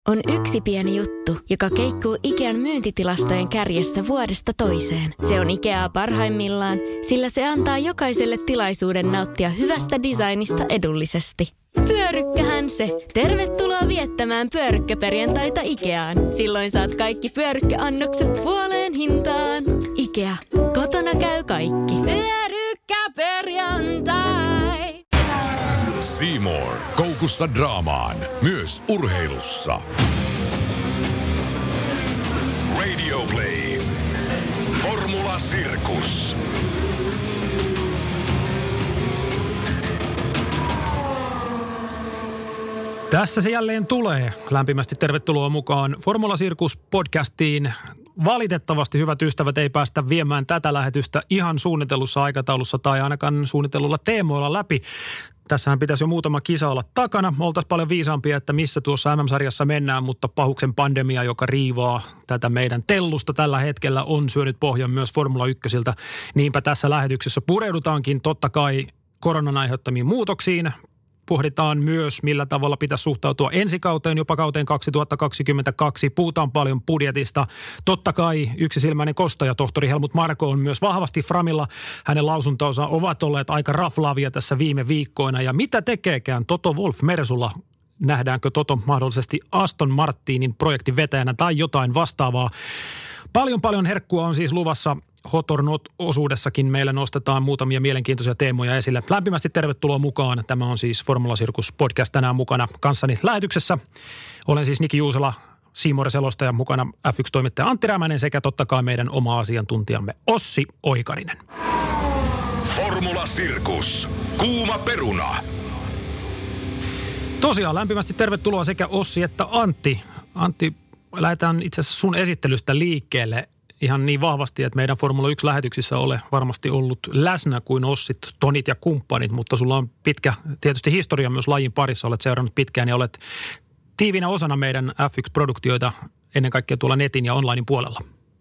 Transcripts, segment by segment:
On yksi pieni juttu, joka keikkuu Ikean myyntitilastojen kärjessä vuodesta toiseen. Se on Ikeaa parhaimmillaan, sillä se antaa jokaiselle tilaisuuden nauttia hyvästä designista edullisesti. Pyörykkähän se! Tervetuloa viettämään pyörykkäperjantaita Ikeaan. Silloin saat kaikki pyörykkäannokset puoleen hintaan. Ikea. Kotona käy kaikki. Pyörykkäperjantai! C More. Koukussa draamaan. Myös urheilussa. Radio Play. Formula Cirkus. Tässä se jälleen tulee. Lämpimästi tervetuloa mukaan Formula Cirkus podcastiin. Valitettavasti, hyvät ystävät, ei päästä viemään tätä lähetystä ihan suunnitellussa aikataulussa tai ainakaan suunnitellulla teemoilla läpi. Tässähän pitäisi jo muutama kisa olla takana. Oltaisiin paljon viisaampia, että missä tuossa MM-sarjassa mennään, mutta pahuksen pandemia, joka riivaa tätä meidän tellusta tällä hetkellä, on syönyt pohjan myös Formula 1:ltä. Niinpä tässä lähetyksessä pureudutaankin totta kai koronan aiheuttamiin muutoksiin. Pohditaan myös, millä tavalla pitäisi suhtautua ensi kauteen, jopa kauteen 2022. Puhutaan paljon budjetista. Totta kai yksisilmäinen kostaja, tohtori Helmut Marko, on myös vahvasti framilla. Hänen lausuntonsa ovat olleet aika raflaavia tässä viime viikkoina. Ja mitä tekeekään Toto Wolff Mersulla? Nähdäänkö Toto mahdollisesti Aston Martinin projektin vetäjänä tai jotain vastaavaa? Paljon herkkua on siis luvassa. Hot or Not-osuudessakin meillä nostetaan muutamia mielenkiintoisia teemoja esille. Lämpimästi tervetuloa mukaan. Tämä on siis Formula Cirkus podcast tänään mukana kanssani lähetyksessä. Olen siis Niki Juusela, C More-selostaja, mukana F1-toimittaja Antti Rämänen sekä totta kai meidän oma asiantuntijamme Ossi Oikarinen. Formula Cirkus. Kuuma peruna. Tosiaan lämpimästi tervetuloa sekä Ossi että Antti. Antti, lähdetään itse asiassa sun esittelystä liikkeelle ihan niin vahvasti, että meidän Formula 1-lähetyksissä ole varmasti ollut läsnä kuin Ossit, Tonit ja kumppanit, mutta sulla on pitkä tietysti historia myös lajin parissa, olet seurannut pitkään ja olet tiivinä osana meidän F1-produktioita ennen kaikkea tuolla netin ja onlinein puolella.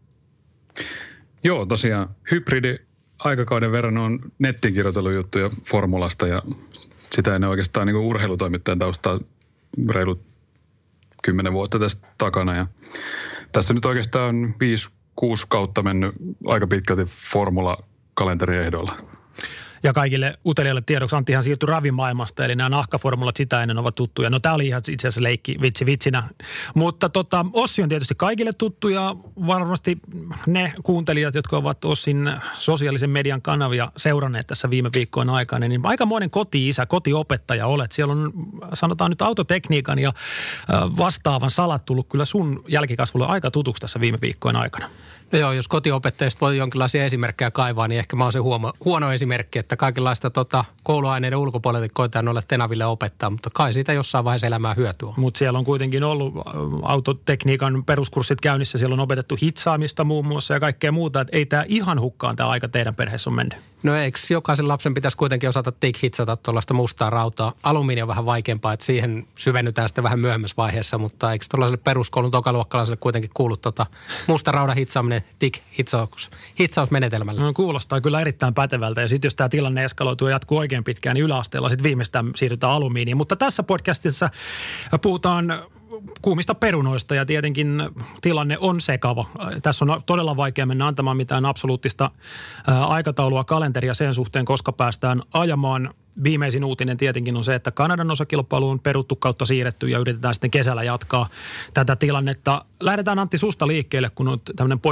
Joo, tosiaan hybridi-aikakauden verran on nettiin kirjoitellut juttuja formulasta ja sitä ennen oikeastaan niin kuin urheilutoimittajan taustaa reilut 10 vuotta tästä takana ja tässä nyt oikeastaan 5-6 kautta mennyt aika pitkälti formula-kalenteriehdoilla. Ja kaikille utelijoille tiedoksi Anttihan siirtyi ravimaailmasta, eli nämä nahkaformulat sitä ennen ovat tuttuja. No tämä oli ihan itse asiassa leikki vitsinä. Mutta Ossi on tietysti kaikille tuttu ja varmasti ne kuuntelijat, jotka ovat Ossin sosiaalisen median kanavia seuranneet tässä viime viikkojen aikana, niin aikamoinen koti-isä, kotiopettaja olet. Siellä on sanotaan nyt autotekniikan ja vastaavan salat tullut kyllä sun jälkikasvulle aika tutuksi tässä viime viikkojen aikana. No joo, jos kotiopettajista voi jonkinlaisia esimerkkejä kaivaa, niin ehkä mä oon se huono esimerkki, että kaikenlaista kouluaineiden ulkopuolelta koetaan olla tenaville opettaa, mutta kai siitä jossain vaiheessa elämää hyötyä. Mutta siellä on kuitenkin ollut autotekniikan peruskurssit käynnissä, siellä on opetettu hitsaamista muun muassa ja kaikkea muuta, että ei tämä ihan hukkaan tämä aika teidän perheessä on mennyt. No eikö jokaisen lapsen pitäisi kuitenkin osata hitsata tuollaista mustaa rautaa? Alumiini on vähän vaikeampaa, että siihen syvennytään sitten vähän myöhemmässä vaiheessa, mutta eikö tuollaiselle peruskoulun tokaluokkalaiselle kuitenkin kuulu musta raudan hitsaaminen hitsausmenetelmällä? No kuulostaa kyllä erittäin pätevältä ja sitten jos tämä tilanne eskaloituu ja jatkuu oikein pitkään, niin yläasteella sitten viimeistään siirrytään alumiiniin. Mutta tässä podcastissa puhutaan kuumista perunoista ja tietenkin tilanne on sekava. Tässä on todella vaikea mennä antamaan mitään absoluuttista aikataulua, kalenteria sen suhteen, koska päästään ajamaan. Viimeisin uutinen tietenkin on se, että Kanadan osakilpailu on peruttu kautta siirretty ja yritetään sitten kesällä jatkaa tätä tilannetta. Lähdetään Antti susta liikkeelle, kun on tämmöinen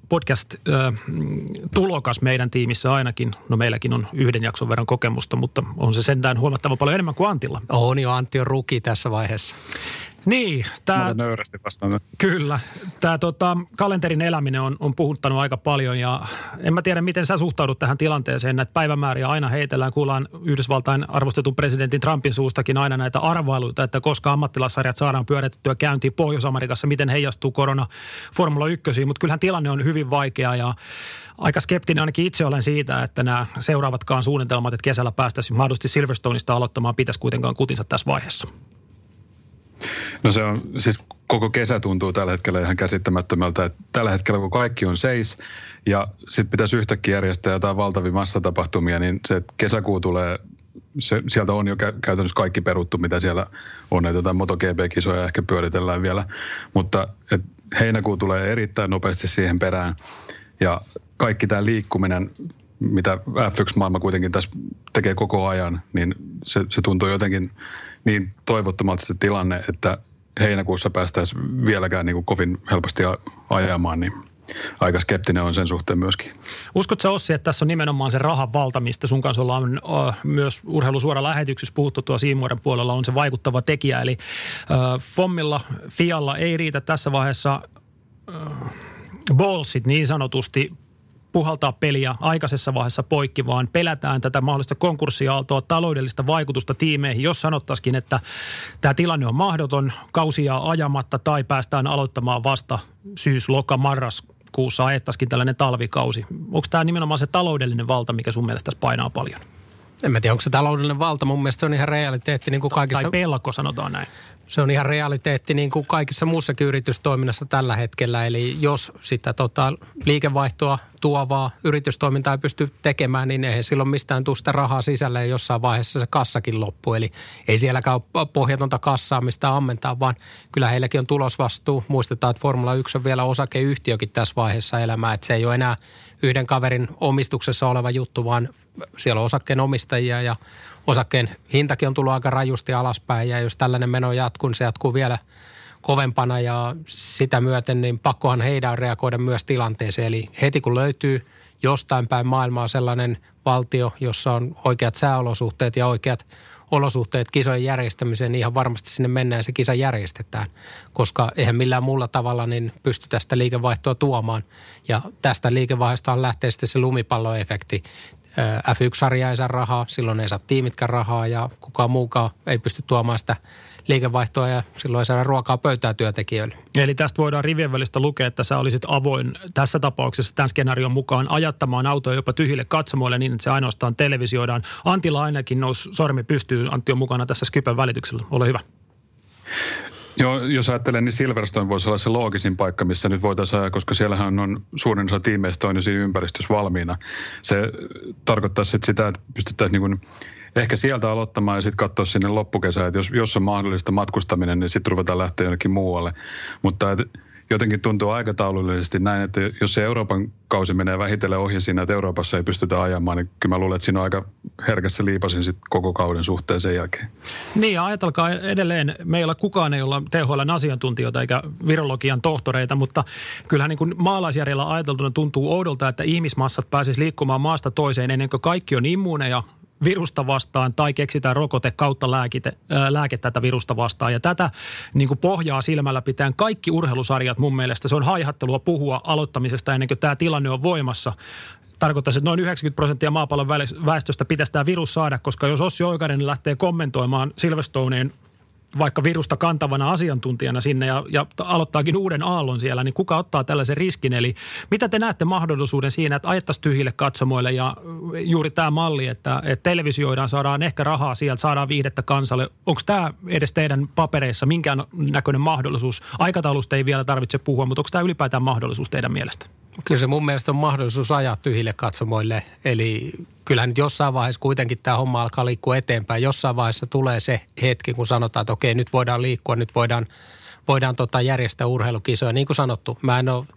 podcast-tulokas meidän tiimissä ainakin. No meilläkin on 1 jakson verran kokemusta, mutta on se sentään huomattavan paljon enemmän kuin Antilla. On jo, Antti on ruki tässä vaiheessa. Niin, tämä nöyrästi vastaan. Kyllä. Tämä kalenterin eläminen on puhuttanut aika paljon ja en mä tiedä, miten sä suhtaudut tähän tilanteeseen. Näitä päivämääriä aina heitellään. Kuullaan Yhdysvaltain arvostetun presidentin Trumpin suustakin aina näitä arvailuita, että koska ammattilaissarjat saadaan pyöritettyä käyntiin Pohjois-Amerikassa, miten heijastuu korona Formula 1. Mutta kyllähän tilanne on hyvin vaikea ja aika skeptinen ainakin itse olen siitä, että nämä seuraavatkaan suunnitelmat, että kesällä päästäisiin mahdollisesti Silverstoneista aloittamaan, pitäisi kuitenkaan kutinsa tässä vaiheessa. No se on, siis koko kesä tuntuu tällä hetkellä ihan käsittämättömältä, että tällä hetkellä kun kaikki on seis ja sitten pitäisi yhtäkkiä järjestää jotain valtavia massatapahtumia, niin se kesäkuu tulee sieltä on jo käytännössä kaikki peruttu, mitä siellä on. Että jotain MotoGP-kisoja ehkä pyöritellään vielä, mutta heinäkuu tulee erittäin nopeasti siihen perään. Ja kaikki tämä liikkuminen, mitä F1-maailma kuitenkin tässä tekee koko ajan, niin se tuntuu jotenkin niin toivottomalta se tilanne, että heinäkuussa päästäisiin vieläkään niin kuin kovin helposti ajamaan, niin aika skeptinen on sen suhteen myöskin. Uskotko Ossi, että tässä on nimenomaan se rahan valta, mistä sun kanssa ollaan myös urheilusuora lähetyksessä puhuttu tuo Siimuoren puolella, on se vaikuttava tekijä. Eli FOMilla, FIAlla ei riitä tässä vaiheessa ballsit niin sanotusti puhaltaa peliä aikaisessa vaiheessa poikki, vaan pelätään tätä mahdollista konkurssiaaltoa, taloudellista vaikutusta tiimeihin, jos sanottaisikin, että tämä tilanne on mahdoton, kausia ajamatta tai päästään aloittamaan vasta syys-loka-marraskuussa, ajettaisikin tällainen talvikausi. Onko tämä nimenomaan se taloudellinen valta, mikä sun mielestä tässä painaa paljon? En mä tiedä, onko se taloudellinen valta. Mun mielestä se on ihan realiteetti niin kuin kaikissa... Tai pelko, sanotaan näin. Se on ihan realiteetti niin kuin kaikissa muussakin yritystoiminnassa tällä hetkellä. Eli jos sitä liikevaihtoa tuovaa yritystoimintaa ei pysty tekemään, niin eihän silloin mistään tule sitä rahaa sisälle ja jossain vaiheessa se kassakin loppuu. Eli ei sielläkään ole pohjatonta kassaa, mistä ammentaa, vaan kyllä heilläkin on tulosvastuu. Muistetaan, että Formula 1 on vielä osakeyhtiökin tässä vaiheessa elämää, että se ei ole enää yhden kaverin omistuksessa oleva juttu, vaan siellä on osakkeen omistajia ja osakkeen hintakin on tullut aika rajusti alaspäin ja jos tällainen meno jatkuu, niin se jatkuu vielä kovempana ja sitä myöten niin pakkohan heidän reagoida myös tilanteeseen. Eli heti kun löytyy jostain päin maailmaa sellainen valtio, jossa on oikeat sääolosuhteet ja oikeat olosuhteet kisojen järjestämiseen, niin ihan varmasti sinne mennään ja se kisa järjestetään, koska eihän millään muulla tavalla niin pysty tästä liikevaihtoa tuomaan. Ja tästä liikevaihdosta lähtee sitten se lumipalloefekti. F1-sarja ei saa rahaa, silloin ei saa tiimitkään rahaa ja kukaan muukaan ei pysty tuomaan sitä liikevaihtoa ja silloin ei saada ruokaa pöytää työntekijöille. Eli tästä voidaan rivien välistä lukea, että sä olisit avoin tässä tapauksessa tämän skenaarion mukaan ajattamaan autoja jopa tyhjille katsomoille niin, että se ainoastaan televisioidaan. Antilla ainakin nousi sormi pystyyn. Antti on mukana tässä Skypen välityksellä. Ole hyvä. Joo, jos ajattelen, niin Silverstone voisi olla se loogisin paikka, missä nyt voitaisiin ajaa, koska siellähän on suurin osa tiimeistä on jo siinä ympäristössä valmiina. Se tarkoittaisi sitä, että pystyttäisiin niin kuin ehkä sieltä aloittamaan ja sitten katsoa sinne loppukesään, että jos on mahdollista matkustaminen, niin sitten ruvetaan lähteä jonnekin muualle. Mutta jotenkin tuntuu aikataulullisesti näin, että jos se Euroopan kausi menee vähitellen ohi siinä, että Euroopassa ei pystytä ajamaan, niin kyllä mä luulen, että siinä on aika herkässä liipasin sitten koko kauden suhteen sen jälkeen. Niin ja ajatelkaa edelleen, meillä kukaan ei olla THL:n asiantuntijoita eikä virologian tohtoreita, mutta kyllähän niin kuin maalaisjärjellä ajateltuna tuntuu oudolta, että ihmismassat pääsisi liikkumaan maasta toiseen ennen kuin kaikki on immuuneja virusta vastaan tai keksitään rokote kautta lääke tätä virusta vastaan. Ja tätä niin kuin pohjaa silmällä pitäen kaikki urheilusarjat mun mielestä. Se on haihattelua puhua aloittamisesta ennen kuin tämä tilanne on voimassa. Tarkoittaisi, että noin 90% maapallon väestöstä pitäisi tämä virus saada, koska jos Ossi Oikarinen lähtee kommentoimaan Silverstoneen vaikka virusta kantavana asiantuntijana sinne ja aloittaakin uuden aallon siellä, niin kuka ottaa tällaisen riskin? Eli mitä te näette mahdollisuuden siinä, että ajettaisiin tyhjille katsomoille ja juuri tämä malli, että televisioidaan, saadaan ehkä rahaa sieltä, saadaan viihdettä kansalle. Onko tämä edes teidän papereissa minkään näköinen mahdollisuus? Aikataulusta ei vielä tarvitse puhua, mutta onko tämä ylipäätään mahdollisuus teidän mielestä? Kyllä se mun mielestä on mahdollisuus ajaa tyhjille katsomoille, eli kyllähän nyt jossain vaiheessa kuitenkin tämä homma alkaa liikkua eteenpäin. Jossain vaiheessa tulee se hetki, kun sanotaan, että okei, nyt voidaan liikkua, nyt voidaan järjestää urheilukisoja. Niin kuin sanottu, mä en ole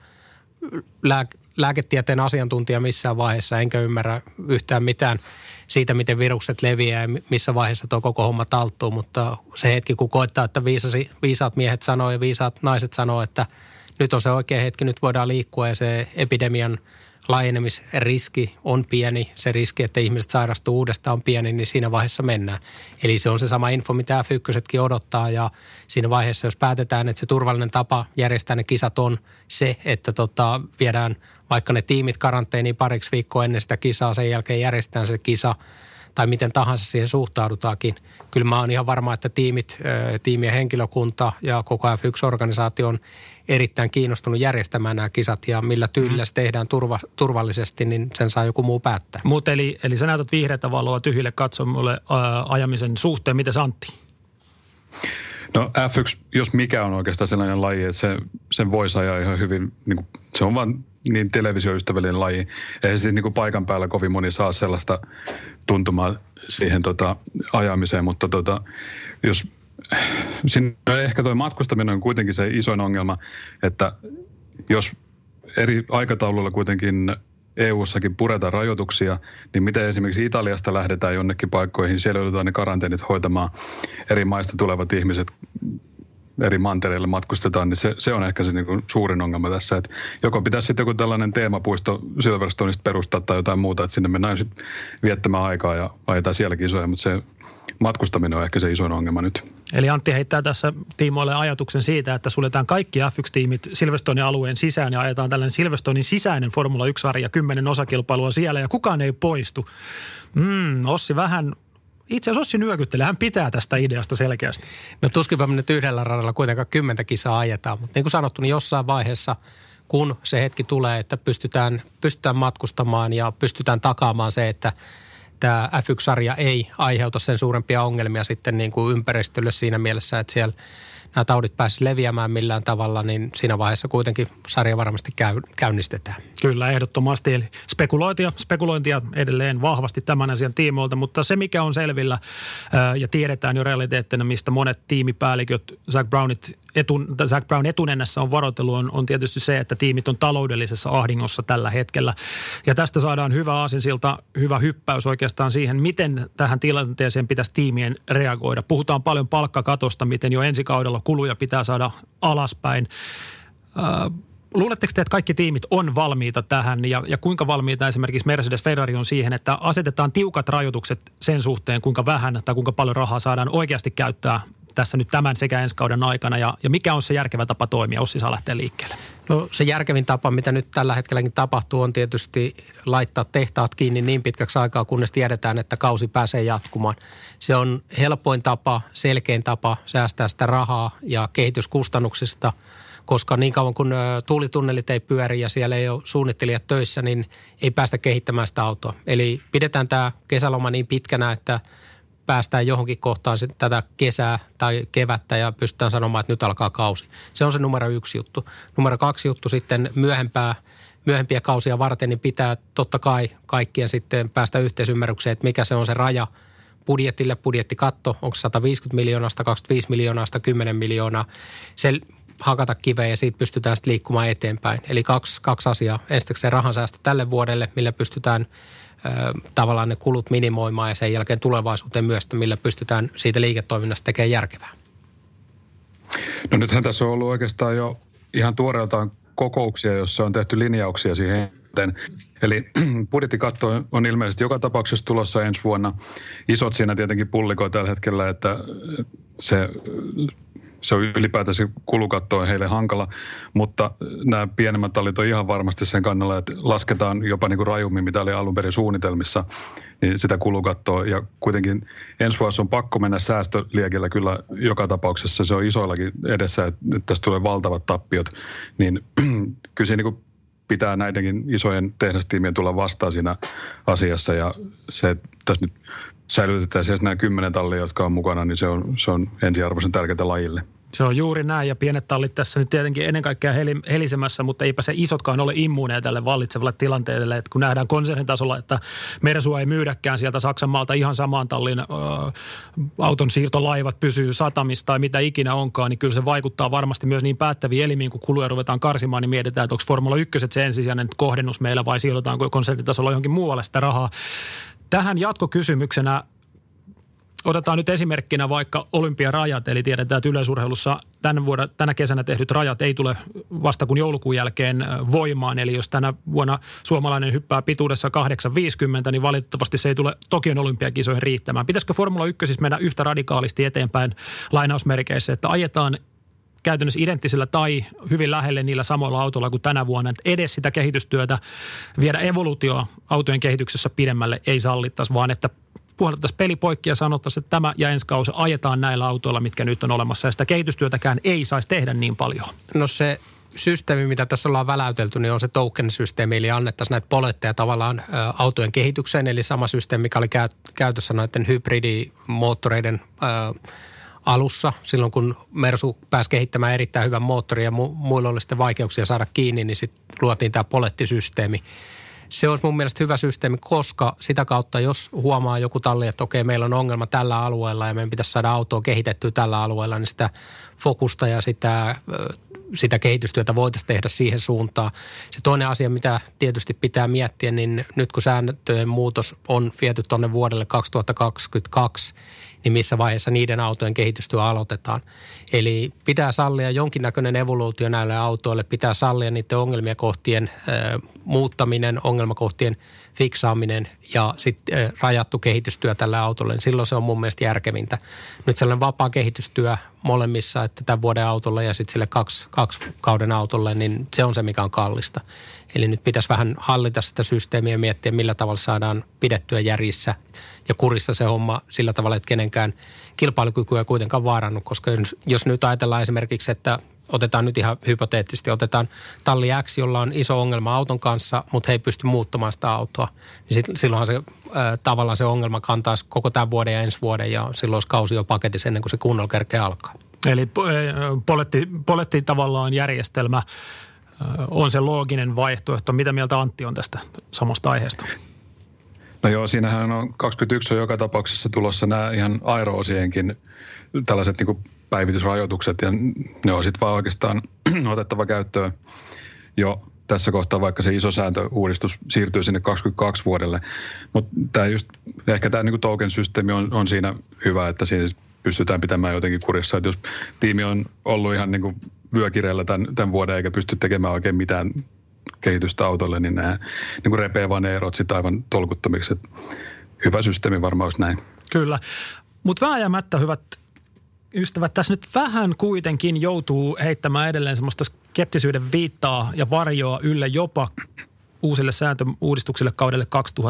lääketieteen asiantuntija missään vaiheessa, enkä ymmärrä yhtään mitään siitä, miten virukset leviää ja missä vaiheessa tuo koko homma talttuu, mutta se hetki, kun koettaa, että viisaat miehet sanoo ja viisaat naiset sanoo, että nyt on se oikea hetki, nyt voidaan liikkua ja se epidemian laajenemisriski on pieni. Se riski, että ihmiset sairastuu uudestaan on pieni, niin siinä vaiheessa mennään. Eli se on se sama info, mitä F1-kin odottaa ja siinä vaiheessa, jos päätetään, että se turvallinen tapa järjestää ne kisat on se, että viedään vaikka ne tiimit karanteeniin pariksi viikkoa ennen sitä kisaa, sen jälkeen järjestetään se kisa tai miten tahansa siihen suhtaudutaankin. Kyllä mä oon ihan varma, että tiimien henkilökunta ja koko F1-organisaatio on erittäin kiinnostunut järjestämään nämä kisat ja millä tyylillä se tehdään turvallisesti, niin sen saa joku muu päättää. Mutta eli sä näytät vihreätä valoa tyhjille katsomulle ajamisen suhteen. Mites Antti? No F1, jos mikä on oikeastaan sellainen laji, että sen voisi ajaa ihan hyvin, niin kuin, se on vaan niin televisioystävällinen laji. Eihän siis niin kuin paikan päällä kovin moni saa sellaista tuntumaa siihen ajamiseen, mutta jos siinä ehkä tuo matkustaminen on kuitenkin se isoin ongelma, että jos eri aikatauluilla kuitenkin EU-sakin puretaan rajoituksia, niin miten esimerkiksi Italiasta lähdetään jonnekin paikkoihin, siellä joudutaan ne karanteenit hoitamaan, eri maista tulevat ihmiset eri mantereille matkustetaan, niin se on ehkä se niin kuin suurin ongelma tässä, että joko pitäisi sitten joku tällainen teemapuisto Silverstoneista perustaa tai jotain muuta, että sinne mennään sitten viettämään aikaa ja ajetaan siellä kisoja, mutta se matkustaminen on ehkä se isoin ongelma nyt. Eli Antti heittää tässä tiimoille ajatuksen siitä, että suljetaan kaikki F1-tiimit Silverstonein alueen sisään ja ajetaan tällainen Silverstonein sisäinen Formula 1-sarja, 10 osakilpailua siellä ja kukaan ei poistu. Ossi vähän... Itse asiassa Ossi nyökyttelee, hän pitää tästä ideasta selkeästi. No tuskinpä me nyt yhdellä radalla kuitenkaan 10 kisaa ajetaan, mutta niin kuin sanottu, niin jossain vaiheessa, kun se hetki tulee, että pystytään matkustamaan ja pystytään takaamaan se, että tämä F1-sarja ei aiheuta sen suurempia ongelmia sitten niin kuin ympäristölle siinä mielessä, että siellä nämä taudit pääsivät leviämään millään tavalla, niin siinä vaiheessa kuitenkin sarja varmasti käynnistetään. Kyllä, ehdottomasti. Eli spekulointia edelleen vahvasti tämän asian tiimoilta, mutta se mikä on selvillä ja tiedetään jo realiteettina, mistä monet tiimipäälliköt Zak Brown etunennässä on varoitellut, on tietysti se, että tiimit on taloudellisessa ahdingossa tällä hetkellä. Ja tästä saadaan hyvä aasinsilta, hyvä hyppäys oikeastaan siihen, miten tähän tilanteeseen pitäisi tiimien reagoida. Puhutaan paljon palkkakatosta, miten jo ensi kaudella kuluja pitää saada alaspäin. Luuletteko te, että kaikki tiimit on valmiita tähän ja kuinka valmiita esimerkiksi Mercedes-Ferrari on siihen, että asetetaan tiukat rajoitukset sen suhteen, kuinka vähän tai kuinka paljon rahaa saadaan oikeasti käyttää tässä nyt tämän sekä ensi kauden aikana ja mikä on se järkevä tapa toimia? Ossi saa lähteä liikkeelle. No se järkevin tapa, mitä nyt tällä hetkelläkin tapahtuu, on tietysti laittaa tehtaat kiinni niin pitkäksi aikaa, kunnes tiedetään, että kausi pääsee jatkumaan. Se on helpoin tapa, selkein tapa säästää sitä rahaa ja kehityskustannuksista, koska niin kauan kun tuulitunnelit ei pyöri ja siellä ei ole suunnittelijat töissä, niin ei päästä kehittämään sitä autoa. Eli pidetään tämä kesäloma niin pitkänä, että päästään johonkin kohtaan tätä kesää tai kevättä ja pystytään sanomaan, että nyt alkaa kausi. Se on se numero 1 juttu. Numero 2 juttu sitten myöhempiä kausia varten, niin pitää totta kai kaikkien sitten päästä yhteisymmärrykseen, että mikä se on se raja budjetille, budjettikatto, onko 150 miljoonaa, 125 miljoonaa, 110 miljoonaa. Se hakata kiveen ja siitä pystytään sitten liikkumaan eteenpäin. Eli kaksi asiaa. Ensinnäkin se rahansäästö tälle vuodelle, millä pystytään tavallaan ne kulut minimoimaan ja sen jälkeen tulevaisuuteen myös, millä pystytään siitä liiketoiminnasta tekemään järkevää. No nythän tässä on ollut oikeastaan jo ihan tuoreeltaan kokouksia, jossa on tehty linjauksia siihen. Eli budjettikatto on ilmeisesti joka tapauksessa tulossa ensi vuonna. Isot siinä tietenkin pullikoi tällä hetkellä, että se on ylipäätään kulukatto on heille hankala, mutta nämä pienemmät tallit on ihan varmasti sen kannalla, että lasketaan jopa niin kuin rajummin, mitä oli alun perin suunnitelmissa, niin sitä kulukattoa. Ja kuitenkin ensi vuonna on pakko mennä säästöliekillä kyllä joka tapauksessa. Se on isoillakin edessä, että nyt tästä tulee valtavat tappiot. Niin kyllä se niin kuin pitää näidenkin isojen tehdastiimien tulla vastaan siinä asiassa. Ja se, että tässä nyt säilytetään siellä nämä 10 tallia, jotka on mukana, niin se on ensiarvoisen tärkeää lajille. Se on juuri näin ja pienet tallit tässä nyt tietenkin ennen kaikkea helisemässä, mutta eipä se isotkaan ole immuuneja tälle vallitsevalle tilanteelle. Että kun nähdään konsernitasolla, että Mersua ei myydäkään sieltä Saksan maalta ihan samaan tallin auton siirtolaivat pysyy satamista tai mitä ikinä onkaan, niin kyllä se vaikuttaa varmasti myös niin päättäviin elimiin, kun kuluja ruvetaan karsimaan, niin mietitään, että onko Formula 1 se ensisijainen kohdennus meillä vai sijoitetaanko konsernitasolla johonkin muualle sitä rahaa. Tähän jatkokysymyksenä otetaan nyt esimerkkinä vaikka olympiarajat, eli tiedetään, että yleisurheilussa tänä kesänä tehdyt rajat ei tule vasta kun joulukuun jälkeen voimaan. Eli jos tänä vuonna suomalainen hyppää pituudessa 8,50, niin valitettavasti se ei tule Tokion olympiakisoihin riittämään. Pitäisikö Formula 1 siis mennä yhtä radikaalisti eteenpäin lainausmerkeissä, että ajetaan käytännössä identtisellä tai hyvin lähelle niillä samoilla autoilla kuin tänä vuonna, että edes sitä kehitystyötä viedä evoluutioa autojen kehityksessä pidemmälle ei sallittaisi, vaan että puhallettaisiin peli poikki ja sanottaisiin, että tämä ja ensi kausi ajetaan näillä autoilla, mitkä nyt on olemassa ja sitä kehitystyötäkään ei saisi tehdä niin paljon. No se systeemi, mitä tässä ollaan väläytelty, niin on se token-systeemi, eli annettaisiin näitä poletteja tavallaan autojen kehitykseen, eli sama systeemi, mikä oli käytössä noiden hybridimoottoreiden alussa, silloin kun Mersu pääsi kehittämään erittäin hyvän moottorin ja muilla oli sitten vaikeuksia saada kiinni, niin sitten luotiin tämä polettisysteemi. Se olisi mun mielestä hyvä systeemi, koska sitä kautta, jos huomaa joku talli, että okei, meillä on ongelma tällä alueella ja meidän pitäisi saada autoa kehitettyä tällä alueella, niin sitä fokusta ja sitä kehitystyötä voitaisiin tehdä siihen suuntaan. Se toinen asia, mitä tietysti pitää miettiä, niin nyt kun sääntöjen muutos on viety tuonne vuodelle 2022, niin missä vaiheessa niiden autojen kehitystyö aloitetaan. Eli pitää sallia jonkinnäköinen evoluutio näille autoille, pitää sallia niiden ongelmakohtien muuttaminen, ongelmakohtien fiksaaminen ja sitten rajattu kehitystyö tälle autolle, niin silloin se on mun mielestä järkevintä. Nyt sellainen vapaa kehitystyö molemmissa, että tämän vuoden autolle ja sitten sille kaksi kauden autolle, niin se on se, mikä on kallista. Eli nyt pitäisi vähän hallita sitä systeemiä ja miettiä, millä tavalla saadaan pidettyä järjissä ja kurissa se homma sillä tavalla, että kenenkään kilpailukykyä ei kuitenkaan vaarannut, koska jos nyt ajatellaan esimerkiksi, että otetaan nyt ihan hypoteettisesti, otetaan talli X, jolla on iso ongelma auton kanssa, mutta he ei pysty muuttamaan sitä autoa. Niin silloinhan se tavallaan se ongelma kantaisi koko tämän vuoden ja ensi vuoden ja silloin olisi kausi jo paketissa ennen kuin se kunnolla kerkeä alkaa. Eli poletti tavallaan järjestelmä on se looginen vaihtoehto. Mitä mieltä Antti on tästä samasta aiheesta? No joo, siinähän on 21 on joka tapauksessa tulossa nämä ihan aero-osienkin tällaiset niin kuin päivitysrajoitukset ja ne on sitten vaan oikeastaan otettava käyttöön jo tässä kohtaa, vaikka se iso sääntöuudistus siirtyy sinne 22 vuodelle. Mutta ehkä tämä niin token-systeemi on siinä hyvä, että siinä pystytään pitämään jotenkin kurissa. Että jos tiimi on ollut ihan niin kuin vyökireillä tämän vuoden eikä pysty tekemään oikein mitään kehitystä autolle, niin nämä niin kuin repee vaan ne erot sitten aivan tolkuttomiksi. Että hyvä systeemi varmaan olisi näin. Kyllä, mutta vääjäämättä hyvät ystävät, tässä nyt vähän kuitenkin joutuu heittämään edelleen semmoista skeptisyyden viittaa ja varjoa ylle jopa uusille sääntöuudistuksille kaudelle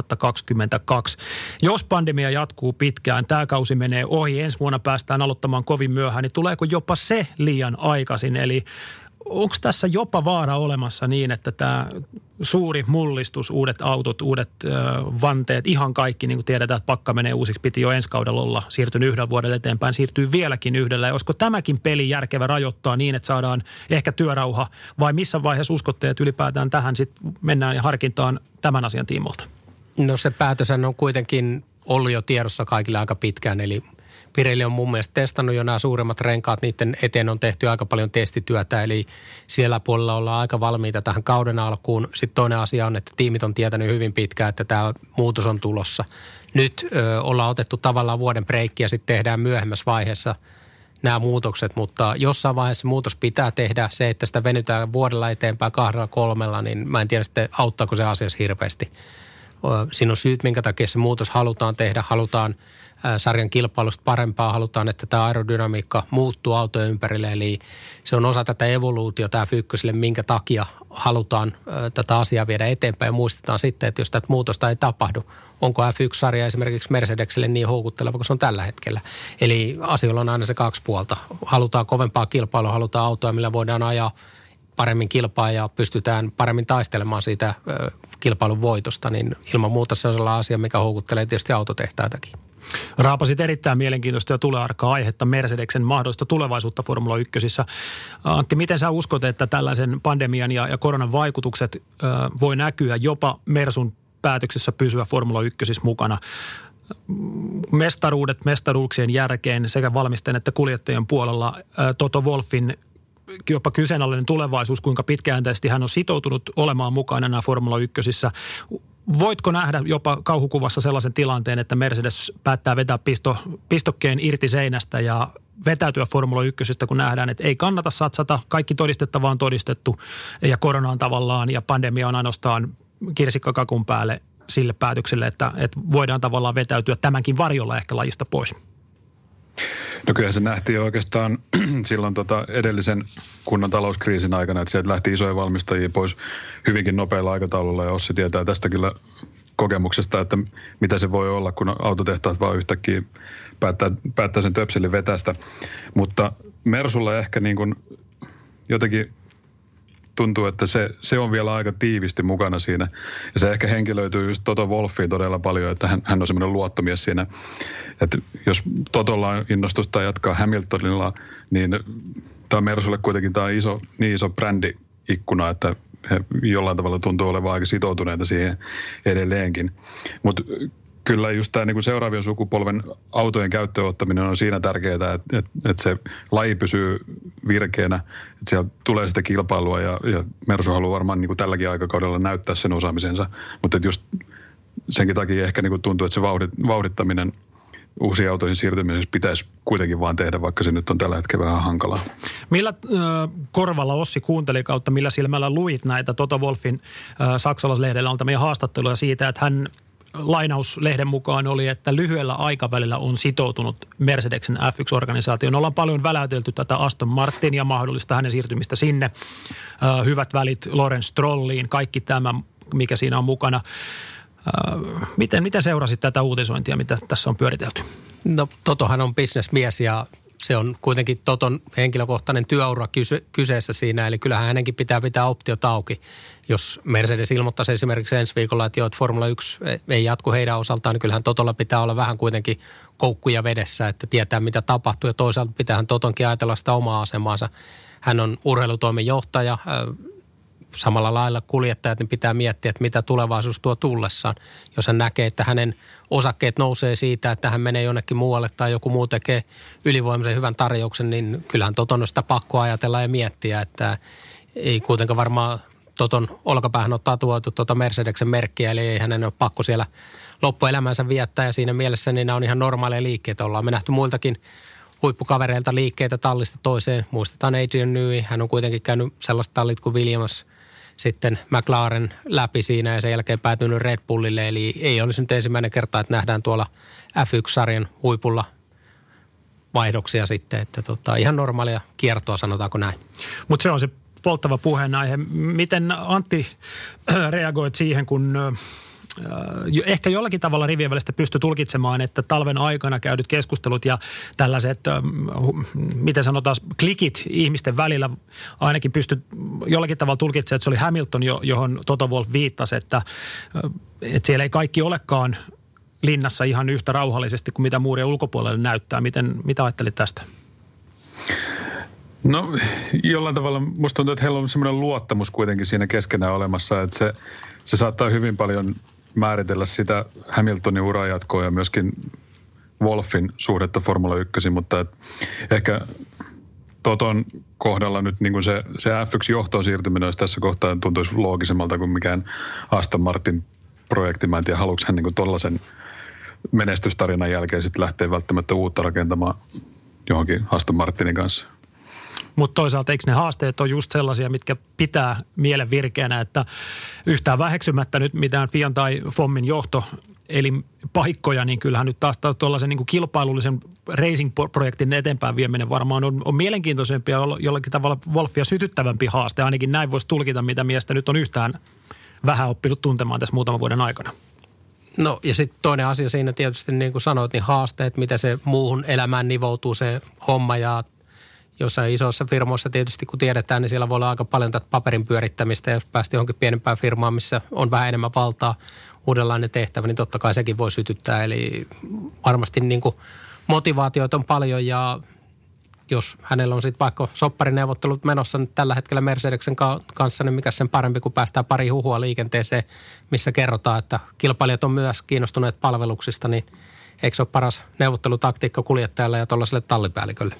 2022. Jos pandemia jatkuu pitkään, tämä kausi menee ohi, ensi vuonna päästään aloittamaan kovin myöhään, niin tuleeko jopa se liian aikaisin? Eli onko tässä jopa vaara olemassa niin, että tämä suuri mullistus, uudet autot, uudet vanteet, ihan kaikki, niin kuin tiedetään, että pakka menee uusiksi, piti jo ensi kaudella olla, siirtynyt yhden vuoden eteenpäin, siirtyy vieläkin yhdellä. Ja olisiko tämäkin peli järkevä rajoittaa niin, että saadaan ehkä työrauha, vai missä vaiheessa uskotte, että ylipäätään tähän sitten mennään ja harkintaan tämän asian tiimolta? No se päätöshän on kuitenkin ollut jo tiedossa kaikille aika pitkään, eli Pirelli on mun mielestä testannut jo nämä suuremmat renkaat, niiden eteen on tehty aika paljon testityötä, eli siellä puolella ollaan aika valmiita tähän kauden alkuun. Sitten toinen asia on, että tiimit on tietänyt hyvin pitkään, että tämä muutos on tulossa. Nyt ollaan otettu tavallaan vuoden breikki ja sitten tehdään myöhemmässä vaiheessa nämä muutokset, mutta jossain vaiheessa muutos pitää tehdä. Se, että sitä venytään vuodella eteenpäin 2-3, niin mä en tiedä sitten auttaako se asiassa hirveästi. Siinä on syyt, minkä takia se muutos halutaan tehdä. Halutaan sarjan kilpailusta parempaa, halutaan, että tämä aerodynamiikka muuttuu autojen ympärille. Eli se on osa tätä evoluutiota F1, minkä takia halutaan tätä asiaa viedä eteenpäin. Ja muistetaan sitten, että jos tätä muutosta ei tapahdu, onko F1-sarja esimerkiksi Mercedekselle niin houkutteleva kuin se on tällä hetkellä. Eli asioilla on aina se kaksi puolta. Halutaan kovempaa kilpailua, halutaan autoja, millä voidaan ajaa paremmin kilpaa ja pystytään paremmin taistelemaan siitä kilpailun voitosta, niin ilman muuta se on sellainen asia, mikä houkuttelee tietysti autotehtaitakin. Raapasit erittäin mielenkiintoista ja tulearkaa aihetta Mercedeksen mahdollista tulevaisuutta Formula 1:ssä. Antti, miten sä uskot, että tällaisen pandemian ja koronan vaikutukset voi näkyä jopa Mersun päätöksessä pysyä Formula 1:ssä mukana? Mestaruuksien jälkeen sekä valmistajien että kuljettajien puolella Toto Wolffin jopa kyseenalainen tulevaisuus, kuinka pitkäjänteisesti hän on sitoutunut olemaan mukana nämä Formula 1:ssä. Voitko nähdä jopa kauhukuvassa sellaisen tilanteen, että Mercedes päättää vetää pistokkeen irti seinästä ja vetäytyä Formula 1:stä, kun nähdään, että ei kannata satsata, kaikki todistettava on todistettu ja korona on tavallaan ja pandemia on ainoastaan kirsikka kakun päälle sille päätökselle, että voidaan tavallaan vetäytyä tämänkin varjolla ehkä lajista pois? No kyllä se nähtiin oikeastaan silloin edellisen kunnan talouskriisin aikana, että sieltä lähti isoja valmistajia pois hyvinkin nopealla aikataululla ja Ossi tietää tästä kyllä kokemuksesta, että mitä se voi olla, kun autotehtaat vaan yhtäkkiä päättää sen töpselin vetästä. Mutta Mersulla ehkä niin kuin jotenkin tuntuu, että se on vielä aika tiivisti mukana siinä. Ja se ehkä henkilöityy just Toto Wolffiin todella paljon, että hän on semmoinen luottomies siinä. Että jos Totolla on innostusta jatkaa Hamiltonilla, niin tämä Mersulle kuitenkin tämä on niin iso brändiikkuna, että he jollain tavalla tuntuu olevan aika sitoutuneita siihen edelleenkin. Mutta kyllä just tämä niin kuin seuraavien sukupolven autojen käyttöönottaminen on siinä tärkeää, että se laji pysyy virkeänä, että siellä tulee sitä kilpailua ja Mersu haluaa varmaan niin kuin tälläkin aikakaudella näyttää sen osaamisensa, mutta just senkin takia ehkä niin kuin tuntuu, että se vauhdittaminen uusiin autoihin siirtymisessä pitäisi kuitenkin vaan tehdä, vaikka se nyt on tällä hetkellä vähän hankalaa. Millä korvalla Ossi kuunteli kautta, millä silmällä luit näitä Toto Wolffin saksalaislehdellä antamia haastatteluja siitä, että hän lainauslehden mukaan oli, että lyhyellä aikavälillä on sitoutunut Mercedesen F1-organisaatioon. Ollaan paljon väläytelty tätä Aston Martinia, mahdollista hänen siirtymistä sinne. Hyvät välit Lawrence Strolliin, kaikki tämä, mikä siinä on mukana. Miten seurasit tätä uutisointia, mitä tässä on pyöritelty? No Totohan on bisnesmies ja se on kuitenkin Toton henkilökohtainen työura kyseessä siinä, eli kyllähän hänenkin pitää optiot auki. Jos Mercedes ilmoittaisi esimerkiksi ensi viikolla, että Formula 1 ei jatku heidän osaltaan, niin kyllähän Totolla pitää olla vähän kuitenkin koukkuja vedessä, että tietää mitä tapahtuu ja toisaalta pitäähän Totonkin ajatella sitä omaa asemaansa. Hän on urheilutoimenjohtaja, samalla lailla kuljettajat, niin pitää miettiä, että mitä tulevaisuus tuo tullessaan. Jos hän näkee, että hänen osakkeet nousee siitä, että hän menee jonnekin muualle tai joku muu tekee ylivoimaisen hyvän tarjouksen, niin kyllähän Toton on sitä pakko ajatella ja miettiä, että ei kuitenkaan varmaan Toton olkapäähän ole tatuoitu Mercedesen merkkiä, eli ei hänen ole pakko siellä loppuelämänsä viettää ja siinä mielessä niin nämä on ihan normaaleja liikkeitä. Ollaan me nähty muiltakin huippukavereilta liikkeitä tallista toiseen. Muistetaan Adrian Newey, hän on kuitenkin käynyt sellaista tallit kuin Williams, sitten McLaren läpi siinä ja sen jälkeen päätynyt Red Bullille. Eli ei olisi nyt ensimmäinen kerta, että nähdään tuolla F1-sarjan huipulla vaihdoksia sitten. Että ihan normaalia kiertoa, sanotaanko näin. Mutta se on se polttava puheenaihe. Miten Antti reagoit siihen, kun ehkä jollakin tavalla rivien välistä pystyi tulkitsemaan, että talven aikana käydyt keskustelut ja tällaiset, miten sanotaan, klikit ihmisten välillä ainakin pystyi jollakin tavalla tulkitsemaan, että se oli Hamilton, johon Toto Wolff viittasi, että siellä ei kaikki olekaan linnassa ihan yhtä rauhallisesti kuin mitä muurien ulkopuolelle näyttää. Mitä ajattelit tästä? No jollain tavalla musta tuntuu, että heillä on semmoinen luottamus kuitenkin siinä keskenään olemassa, että se saattaa hyvin paljon määritellä sitä Hamiltonin urajatkoa ja myöskin Wolffin suhdetta Formula 1, mutta ehkä Toton kohdalla nyt niin kuin se F1-johtoon siirtyminen olisi tässä kohtaa tuntuisi loogisemmalta kuin mikään Aston Martin projekti. Mä en tiedä, haluatko hän niin kuin tollaisen menestystarinan jälkeen sitten lähteä välttämättä uutta rakentamaan johonkin Aston Martinin kanssa. Mutta toisaalta eikö ne haasteet ole just sellaisia, mitkä pitää mielen virkeänä, että yhtään väheksymättä nyt mitään Fian tai FOMin johto, eli paikkoja, niin kyllähän nyt taas tuollaisen niin kuin kilpailullisen racing-projektin eteenpäin vieminen varmaan on mielenkiintoisempi ja jollakin tavalla Wolffia sytyttävämpi haaste. Ainakin näin voisi tulkita, mitä miestä nyt on yhtään vähän oppinut tuntemaan tässä muutaman vuoden aikana. No ja sitten toinen asia siinä tietysti niin kuin sanoit, niin haasteet, miten se muuhun elämään nivoutuu se homma ja jossain isoissa firmoissa tietysti, kun tiedetään, niin siellä voi olla aika paljon tätä paperin pyörittämistä. Ja jos päästi johonkin pienempään firmaan, missä on vähän enemmän valtaa, uudenlainen tehtävä, niin totta kai sekin voi sytyttää. Eli varmasti niin kuin motivaatioita on paljon ja jos hänellä on sitten vaikka sopparineuvottelut menossa nyt tällä hetkellä Mercedesen kanssa, niin mikä sen parempi, kun päästään pari huhua liikenteeseen, missä kerrotaan, että kilpailijat on myös kiinnostuneet palveluksista, niin eikö se ole paras neuvottelutaktiikka kuljettajalle ja tuollaiselle tallipäällikölle?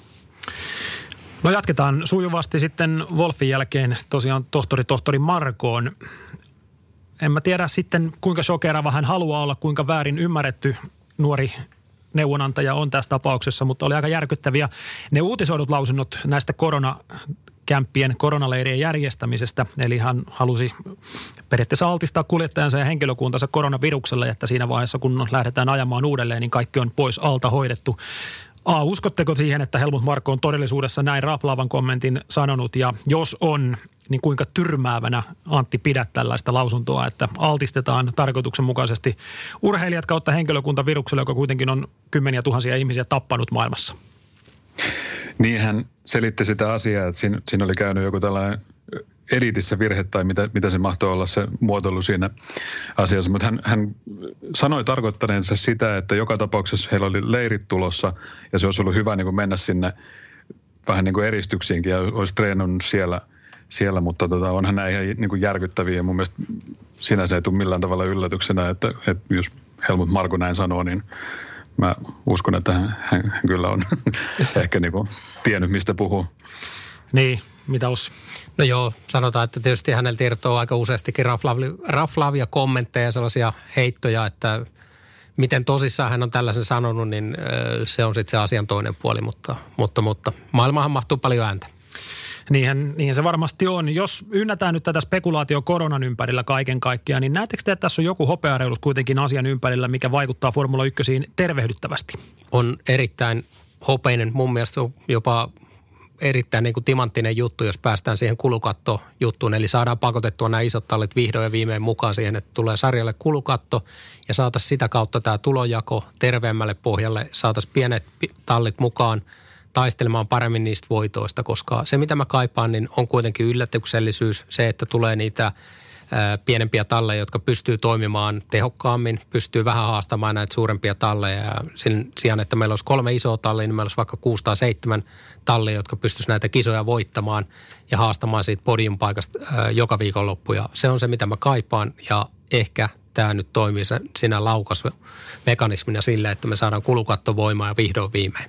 No jatketaan sujuvasti sitten Wolffin jälkeen tosiaan tohtori Markoon. En mä tiedä sitten kuinka shokeraava hän haluaa olla, kuinka väärin ymmärretty nuori neuvonantaja on tässä tapauksessa, mutta oli aika järkyttäviä ne uutisoidut lausunnot näistä koronakämppien, koronaleirien järjestämisestä. Eli hän halusi periaatteessa altistaa kuljettajansa ja henkilökuntansa koronavirukselle, että siinä vaiheessa kun lähdetään ajamaan uudelleen, niin kaikki on pois alta hoidettu. Uskotteko siihen, että Helmut Marko on todellisuudessa näin raflaavan kommentin sanonut ja jos on, niin kuinka tyrmäävänä Antti pidät tällaista lausuntoa, että altistetaan tarkoituksenmukaisesti urheilijat kautta henkilökunta virukselle, joka kuitenkin on kymmeniä tuhansia ihmisiä tappanut maailmassa? Niin hän selitti sitä asiaa, että siinä oli käynyt joku tällainen editissä virhe tai mitä se mahtoi olla se muotoilu siinä asiassa. Mutta hän sanoi tarkoittaneensa sitä, että joka tapauksessa heillä oli leirit tulossa ja se olisi ollut hyvä niin kuin mennä sinne vähän niin kuin eristyksiinkin ja olisi treenannut siellä, mutta onhan nämä ihan niin kuin järkyttäviä ja mun mielestä sinänsä ei tule millään tavalla yllätyksenä, että jos Helmut Marko näin sanoo, niin mä uskon, että hän kyllä on ehkä niin kuin tiennyt, mistä puhuu. Niin, mitä Ossi? No joo, sanotaan, että tietysti hänellä irtoaa aika useastikin raflaavia kommentteja ja sellaisia heittoja, että miten tosissaan hän on tällaisen sanonut, niin se on sitten se asian toinen puoli, mutta maailmahan mahtuu paljon ääntä. Niinhän se varmasti on. Jos ynnätään nyt tätä spekulaatio koronan ympärillä kaiken kaikkiaan, niin näettekö te, että tässä on joku hopeareilus kuitenkin asian ympärillä, mikä vaikuttaa Formula 1 tervehdyttävästi? On erittäin hopeinen. Mun mielestä on jopa erittäin niin kuin timanttinen juttu, jos päästään siihen kulukattojuttuun. Eli saadaan pakotettua nämä isot tallit vihdoin ja viimein mukaan siihen, että tulee sarjalle kulukatto ja saataisiin sitä kautta tämä tulonjako terveemmälle pohjalle. Saataisiin pienet tallit mukaan taistelemaan paremmin niistä voitoista, koska se mitä mä kaipaan, niin on kuitenkin yllätyksellisyys. Se, että tulee niitä pienempiä talleja, jotka pystyy toimimaan tehokkaammin, pystyy vähän haastamaan näitä suurempia talleja. Ja sen sijaan, että meillä olisi 3 isoa tallia, niin meillä olisi vaikka 6 tai 7 tallia, jotka pystyisi näitä kisoja voittamaan ja haastamaan siitä podiumpaikasta joka viikonloppu. Ja se on se, mitä mä kaipaan ja ehkä tämä nyt toimii siinä laukaismekanismina sille, että me saadaan kulukattovoimaa ja vihdoin viimein.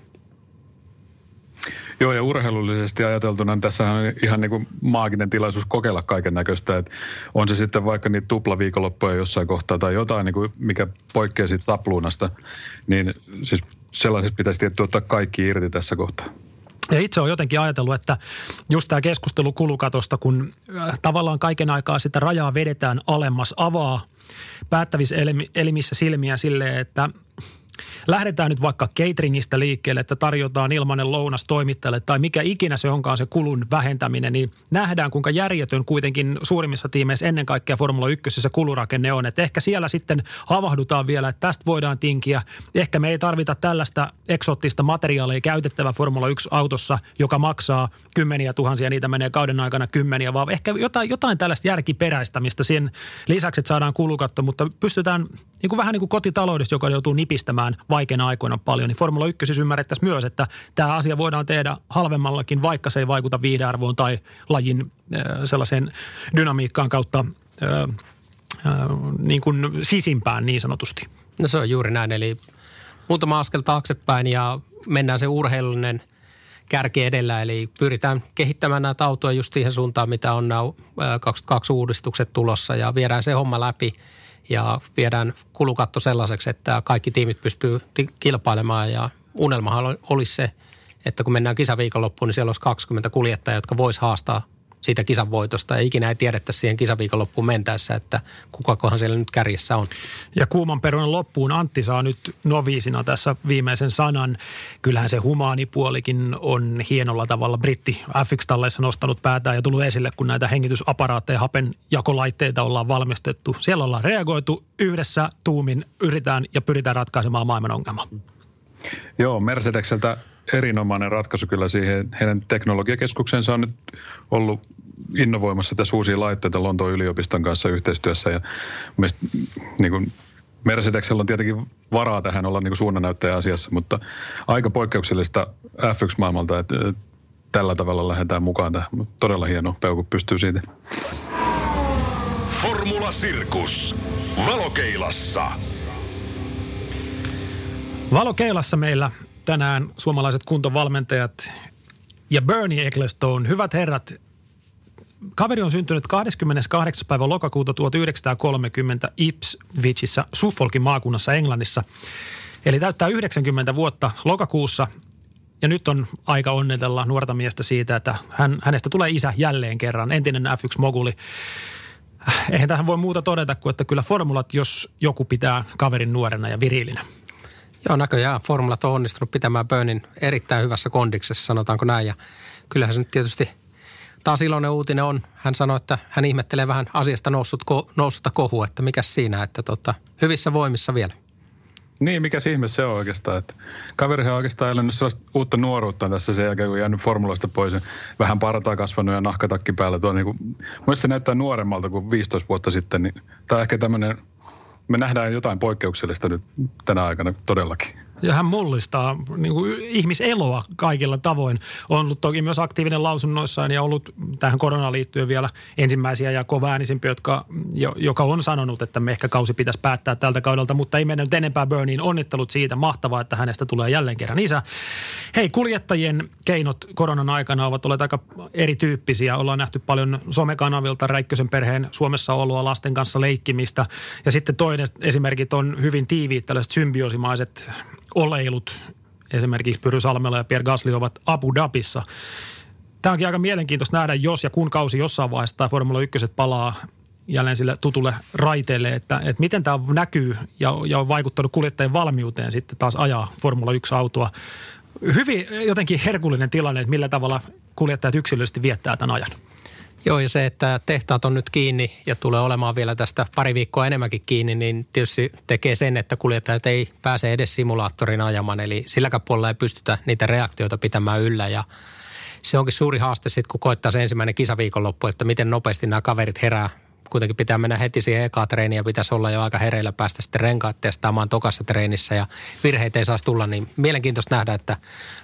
Joo, ja urheilullisesti ajateltuna niin tässä on ihan niin kuin maaginen tilaisuus kokeilla kaiken näköistä, että on se sitten vaikka niitä tuplaviikonloppuja jossain kohtaa tai jotain, niin kuin mikä poikkeaa siitä sapluunasta, niin siis sellaisesta pitäisi tietty ottaa kaikki irti tässä kohtaa. Ja itse olen jotenkin ajatellut, että just tämä keskustelu kulukatosta, kun tavallaan kaiken aikaa sitä rajaa vedetään alemmas, avaa päättävissä elimissä silmiä silleen, että lähdetään nyt vaikka cateringista liikkeelle, että tarjotaan ilmainen lounas toimittajalle tai mikä ikinä se onkaan se kulun vähentäminen, niin nähdään kuinka järjetön kuitenkin suurimmissa tiimeissä ennen kaikkea Formula 1 se kulurakenne on. Että ehkä siellä sitten havahdutaan vielä, että tästä voidaan tinkiä. Ehkä me ei tarvita tällaista eksoottista materiaalia käytettävä Formula 1-autossa, joka maksaa kymmeniä tuhansia, niitä menee kauden aikana kymmeniä, vaan ehkä jotain tällaista järkiperäistämistä sen lisäksi, että saadaan kulukatto, mutta pystytään niin kuin vähän niin kuin kotitaloudessa, joka joutuu nipistämään vaikeina aikoina paljon, niin Formula 1 ymmärrettäisiin myös, että tämä asia voidaan tehdä halvemmallakin, vaikka se ei vaikuta viihdearvoon tai lajin sellaiseen dynamiikkaan kautta niin kuin sisimpään niin sanotusti. No se on juuri näin, eli muutama askel taaksepäin ja mennään se urheilullinen kärki edellä, eli pyritään kehittämään näitä autoja just siihen suuntaan, mitä on nämä 22 uudistukset tulossa ja viedään se homma läpi. Ja viedään kulukatto sellaiseksi, että kaikki tiimit pystyy kilpailemaan ja unelmahan olisi se, että kun mennään kisaviikonloppuun, niin siellä olisi 20 kuljettajaa, jotka vois haastaa siitä kisan voitosta. Ja ikinä ei tiedettäisi siihen kisaviikonloppuun mentäessä, että kukakohan siellä nyt kärjessä on. Ja kuuman perunan loppuun Antti saa nyt noviisina tässä viimeisen sanan. Kyllähän se humaanipuolikin on hienolla tavalla britti F1-talleissa nostanut päätään ja tullut esille, kun näitä hengitysaparaatteja, hapenjakolaitteita ollaan valmistettu. Siellä ollaan reagoitu yhdessä tuumin, pyritään ratkaisemaan maailman ongelmaa. Joo, Mercedekseltä erinomainen ratkaisu kyllä siihen. Heidän teknologiakeskuksensa on nyt ollut innovoimassa tässä uusia laitteita Lontoon yliopiston kanssa yhteistyössä. Ja mielestäni niin kuin Mercedeksellä on tietenkin varaa tähän olla niin kuin suunnannäyttäjä asiassa, mutta aika poikkeuksellista F1-maailmalta, että tällä tavalla lähdetään mukaan tähän. Todella hieno peukku pystyy siitä. Formula Sirkus. Valokeilassa. Valokeilassa meillä tänään suomalaiset kuntovalmentajat ja Bernie Ecclestone. Hyvät herrat, kaveri on syntynyt 28. päivä lokakuuta 1930 Ipswichissä, Suffolkin maakunnassa Englannissa. Eli täyttää 90 vuotta lokakuussa. Ja nyt on aika onnitella nuorta miestä siitä, että hänestä tulee isä jälleen kerran, entinen F1-moguli. Eihän tähän voi muuta todeta kuin, että kyllä formulat, jos joku pitää kaverin nuorena ja viriilinä. Joo, näköjään formulat on onnistunut pitämään Bernin erittäin hyvässä kondiksessa, sanotaanko näin. Ja kyllähän se nyt tietysti taas iloinen uutinen on. Hän sanoi, että hän ihmettelee vähän asiasta noussutta kohua, että mikäs siinä, että hyvissä voimissa vielä. Niin, mikä ihme se on oikeastaan. Että kaverihan on oikeastaan elänyt sellaista uutta nuoruutta tässä sen jälkeen, kun jäänyt formuloista pois. Vähän partaa kasvanut ja nahkatakki päällä. Tuo, niin kuin, mielestäni se näyttää nuoremmalta kuin 15 vuotta sitten. Niin, tämä on ehkä tämmöinen, me nähdään jotain poikkeuksellista nyt tänä aikana todellakin. Ja hän mullistaa niin kuin ihmiseloa kaikilla tavoin. On ollut toki myös aktiivinen lausunnoissaan ja ollut tähän koronaan liittyen vielä ensimmäisiä ja kovaäänisimpiä, joka on sanonut, että me ehkä kausi pitäisi päättää tältä kaudelta, mutta ei mennä nyt enempää Berniin. Onnittelut siitä. Mahtavaa, että hänestä tulee jälleen kerran isä. Hei, kuljettajien keinot koronan aikana ovat olleet aika erityyppisiä. Ollaan nähty paljon somekanavilta Räikkösen perheen Suomessa oloa, lasten kanssa leikkimistä. Ja sitten toinen esimerkit on hyvin tiiviit, tällaiset symbiosimaiset oleilut. Esimerkiksi Pyry Salmela ja Pierre Gasly ovat Abu Dhabissa. Tämä onkin aika mielenkiintoista nähdä, jos ja kun kausi jossain vaiheessa tai Formula 1 palaa jälleen sille tutulle raiteelle, että miten tämä näkyy ja on vaikuttanut kuljettajien valmiuteen sitten taas ajaa Formula 1-autoa. Hyvin jotenkin herkullinen tilanne, että millä tavalla kuljettajat yksilöllisesti viettää tämän ajan. Joo, ja se, että tehtaat on nyt kiinni ja tulee olemaan vielä tästä pari viikkoa enemmänkin kiinni, niin tietysti tekee sen, että kuljettajat ei pääse edes simulaattorin ajamaan. Eli silläkään puolella ei pystytä niitä reaktioita pitämään yllä. Ja se onkin suuri haaste sitten, kun koittaa se ensimmäinen kisaviikonloppu, että miten nopeasti nämä kaverit herää. Kuitenkin pitää mennä heti siihen ekaan treeniin ja pitäisi olla jo aika hereillä päästä sitten renkaat testaamaan tokassa treenissä ja virheitä ei saisi tulla. Niin mielenkiintoista nähdä, että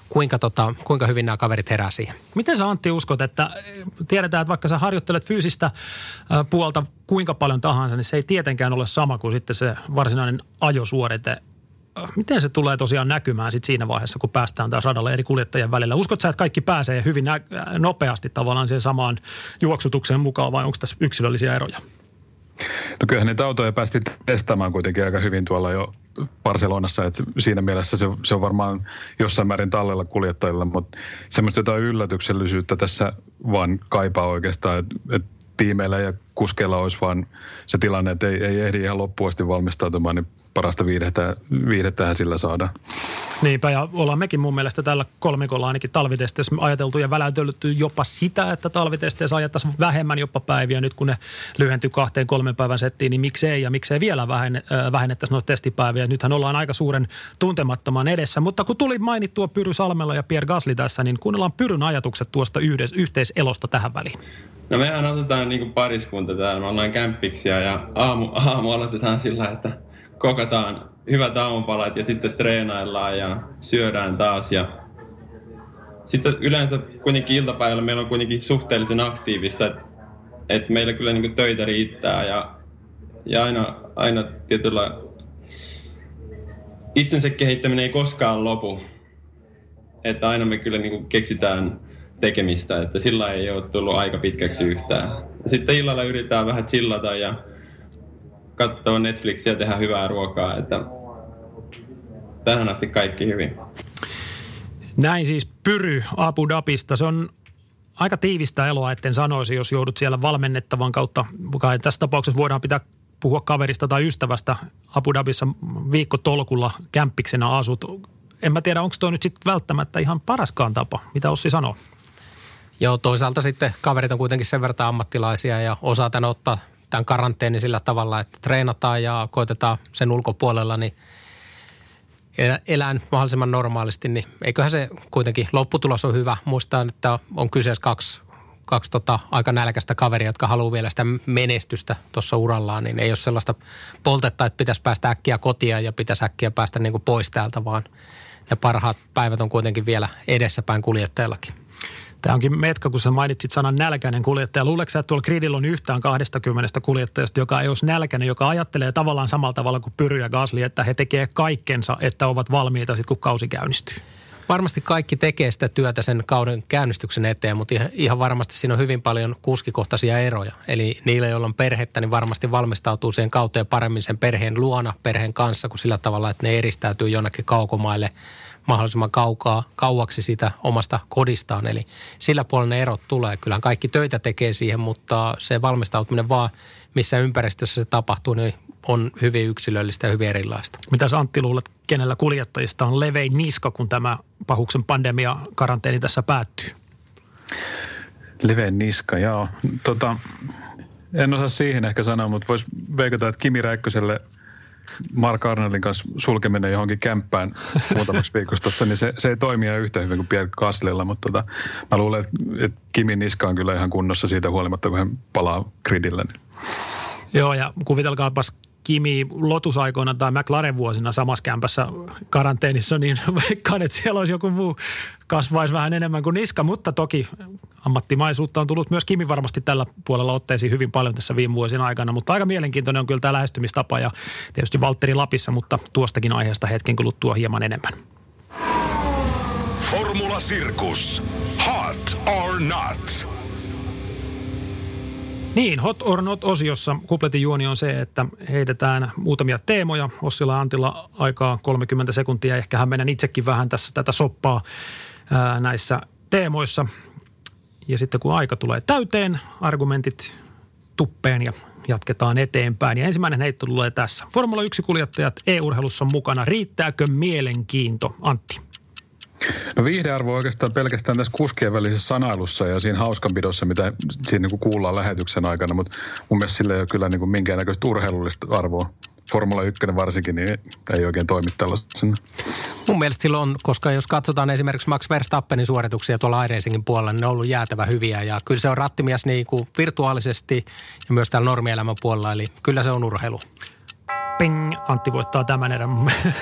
kuinka hyvin nämä kaverit herää siihen. Miten sä Antti uskot, että tiedetään, että vaikka sä harjoittelet fyysistä puolta kuinka paljon tahansa, niin se ei tietenkään ole sama kuin sitten se varsinainen ajosuorite. Miten se tulee tosiaan näkymään sitten siinä vaiheessa, kun päästään taas radalle eri kuljettajien välillä? Uskot sä, että kaikki pääsee hyvin nopeasti tavallaan siihen samaan juoksutukseen mukaan vai onko tässä yksilöllisiä eroja? No kyllähän niitä autoja päästiin testaamaan kuitenkin aika hyvin tuolla jo Barcelonassa, että siinä mielessä se on varmaan jossain määrin tallella kuljettajilla, mutta semmoista jotain yllätyksellisyyttä tässä vaan kaipaa oikeastaan, että tiimeillä ja kuskeilla olisi vaan se tilanne, että ei ehdi ihan loppuun asti valmistautumaan, niin parasta viihdettähän sillä saadaan. Niinpä, ja ollaan mekin mun mielestä tällä kolmikolla ainakin talvitesteissä ajateltu ja väläytelty jopa sitä, että talvitesteissä ajettaisiin vähemmän jopa päiviä. Nyt kun ne lyhentyy 2-3 päivän settiin, niin miksei vielä vähennettäisiin noita testipäiviä. Nythän ollaan aika suuren tuntemattoman edessä. Mutta kun tuli mainittua Pyry Salmela ja Pierre Gasly tässä, niin kuunnellaan Pyryn ajatukset tuosta yhteiselosta tähän väliin. No mehän asutaan niin kuin pariskunta täällä, me ollaan kämppiksiä ja aamu aloitetaan sillä, että kokataan hyvät aamupalat ja sitten treenaillaan ja syödään taas. Ja sitten yleensä kuitenkin iltapäivällä meillä on kuitenkin suhteellisen aktiivista, että meillä kyllä niin kuin töitä riittää ja aina tietyllä itsensä kehittäminen ei koskaan lopu. Että aina me kyllä niin kuin keksitään tekemistä, että sillä ei ole tullut aika pitkäksi yhtään. Sitten illalla yritetään vähän chillata ja katsoa Netflixiä ja tehdä hyvää ruokaa, että tähän asti kaikki hyvin. Näin siis Pyry Abu Dhabista. Se on aika tiivistä eloa, etten sanoisi, jos joudut siellä valmennettavan kautta. Tässä tapauksessa voidaan puhua kaverista tai ystävästä. Abu Dhabissa viikkotolkulla kämppiksenä asut. En mä tiedä, onko tuo nyt sitten välttämättä ihan paraskaan tapa. Mitä Ossi sanoo? Joo, toisaalta sitten kaverit on kuitenkin sen verran ammattilaisia ja osaa tämän ottaa tämän karanteenin sillä tavalla, että treenataan ja koitetaan sen ulkopuolella, niin elään mahdollisimman normaalisti, niin eiköhän se kuitenkin lopputulos on hyvä. Muistan, että on kyseessä kaksi aika nälkäistä kaveria, jotka haluaa vielä sitä menestystä tuossa urallaan, niin ei ole sellaista poltetta, että pitäisi päästä äkkiä kotiin ja pitäisi äkkiä päästä niin kuin pois täältä, vaan ne parhaat päivät on kuitenkin vielä edessäpäin kuljettajallakin. Tämä onkin metka, kun sä mainitsit sanan nälkäinen kuljettaja. Luuletko sä, että tuolla gridillä on yhtään 20 kuljettajasta, joka ei olisi nälkäinen, joka ajattelee tavallaan samalla tavalla kuin Pyry ja Gasly, että he tekee kaikkensa, että ovat valmiita sitten, kun kausi käynnistyy? Varmasti kaikki tekee sitä työtä sen kauden käynnistyksen eteen, mutta ihan varmasti siinä on hyvin paljon kuskikohtaisia eroja. Eli niillä, joilla on perhettä, niin varmasti valmistautuu siihen kauteen paremmin sen perheen luona, perheen kanssa, kuin sillä tavalla, että ne eristäytyy jonnekin kaukomaille mahdollisimman kauaksi siitä omasta kodistaan. Eli sillä puolella ne erot tulee. Kyllähän kaikki töitä tekee siihen, mutta se valmistautuminen vaan, missä ympäristössä se tapahtuu, niin on hyvin yksilöllistä ja hyvin erilaista. Mitä sä Antti luulet, kenellä kuljettajista on levein niska, kun tämä pahuksen pandemia-karanteeni tässä päättyy? Levein niska, joo. En osaa siihen ehkä sanoa, mutta voisi veikata, että Kimi Räikköselle Mark Arnoldin kanssa sulkeminen johonkin kämppään muutamaksi viikossa tossa, niin se ei toimi ihan yhtä hyvin kuin Pierre Gaslella, mutta mä luulen, että Kimin niska on kyllä ihan kunnossa siitä huolimatta, kun hän palaa gridille. Joo, ja kuvitelkaapas Kimi Lotus-aikoina tai McLaren-vuosina samassa kämpässä karanteenissa, niin veikkaan, että siellä olisi joku muu kasvaisi vähän enemmän kuin niska, mutta toki ammattimaisuutta on tullut myös Kimi varmasti tällä puolella otteisiin hyvin paljon tässä viime vuosien aikana, mutta aika mielenkiintoinen on kyllä tämä lähestymistapa ja tietysti Valtteri Lapissa, mutta tuostakin aiheesta hetken kuluttua hieman enemmän. Formula Sirkus. Hot or not? Niin, Hot or Not-osiossa kupletin juoni on se, että heitetään muutamia teemoja. Ossilla ja Antilla aikaa 30 sekuntia. Ehkähän meidän itsekin vähän tässä tätä soppaa näissä teemoissa. Ja sitten kun aika tulee täyteen, argumentit tuppeen ja jatketaan eteenpäin. Ja ensimmäinen heitto tulee tässä. Formula 1-kuljettajat E-urheilussa mukana. Riittääkö mielenkiinto, Antti? No viihdearvo on oikeastaan pelkästään tässä kuskien välisessä sanailussa ja siinä hauskanpidossa, mitä siinä niin kuullaan lähetyksen aikana, mutta mun mielestä sillä ei ole kyllä niin minkäännäköistä urheilullista arvoa. Formula 1 varsinkin, niin ei oikein toimi tällaisena. Mun mielestä silloin, koska jos katsotaan esimerkiksi Max Verstappenin suorituksia tuolla iRacingin puolella, niin ne on ollut jäätävä hyviä. Ja kyllä se on rattimies niin kuin virtuaalisesti ja myös täällä normielämän puolella, eli kyllä se on urheilu. Ping, Antti voittaa tämän erän.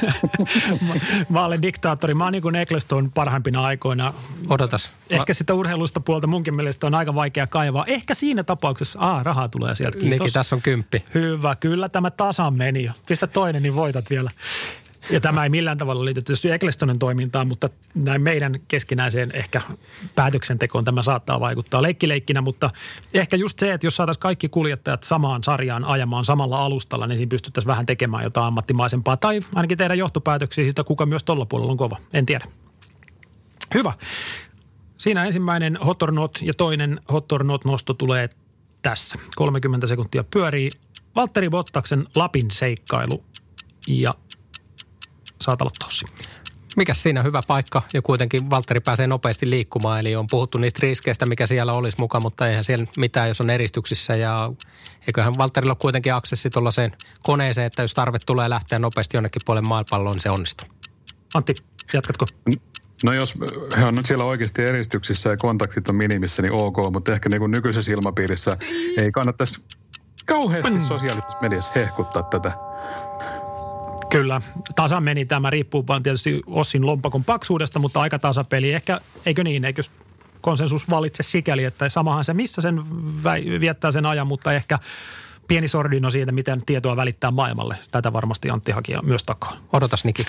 Mä olen diktaattori. Mä oon niin kuin Ecclestone parhaimpina aikoina. Odotas. Ehkä sitä urheilusta puolta munkin mielestä on aika vaikea kaivaa. Ehkä siinä tapauksessa, rahaa tulee sieltä. Kiitos. Niki, tässä on 10. Hyvä, kyllä tämä tasan meni jo. Pistä toinen, niin voitat vielä. Ja tämä ei millään tavalla liity tietysti Ecclestonen toimintaan, mutta näin meidän keskinäiseen ehkä päätöksentekoon tämä saattaa vaikuttaa leikkileikkinä, mutta ehkä just se, että jos saataisiin kaikki kuljettajat samaan sarjaan ajamaan samalla alustalla, niin siinä pystyttäisiin vähän tekemään jotain ammattimaisempaa tai ainakin tehdä johtopäätöksiä siitä, kuka myös tuolla puolella on kova. En tiedä. Hyvä. Siinä ensimmäinen Hot or Not ja toinen Hot or Not -nosto tulee tässä. 30 sekuntia pyörii. Valtteri Bottaksen Lapin seikkailu ja saat aloittaa. Mikäs siinä hyvä paikka ja kuitenkin Valtteri pääsee nopeasti liikkumaan, eli on puhuttu niistä riskeistä, mikä siellä olisi mukaan, mutta eihän siellä mitään, jos on eristyksissä ja eiköhän Valtterilla ole kuitenkin aksessi tuollaiseen koneeseen, että jos tarve tulee lähteä nopeasti jonnekin puolen maapalloon, niin se onnistuu. Antti, jatkatko? No jos he on nyt siellä oikeasti eristyksissä ja kontaktit on minimissä, niin ok, mutta ehkä niin kuin nykyisessä ilmapiirissä ei kannattaisi kauheasti sosiaalisessa mediassa hehkuttaa tätä. Kyllä, tasan meni tämä, riippuu tietysti Ossin lompakon paksuudesta, mutta aika tasapeli. Ehkä, eikö niin, eikö konsensus valitse sikäli, että samahan se missä sen viettää sen ajan, mutta ehkä pieni sordino siitä, miten tietoa välittää maailmalle. Tätä varmasti Antti haki myös takaa. Odotas, Niki.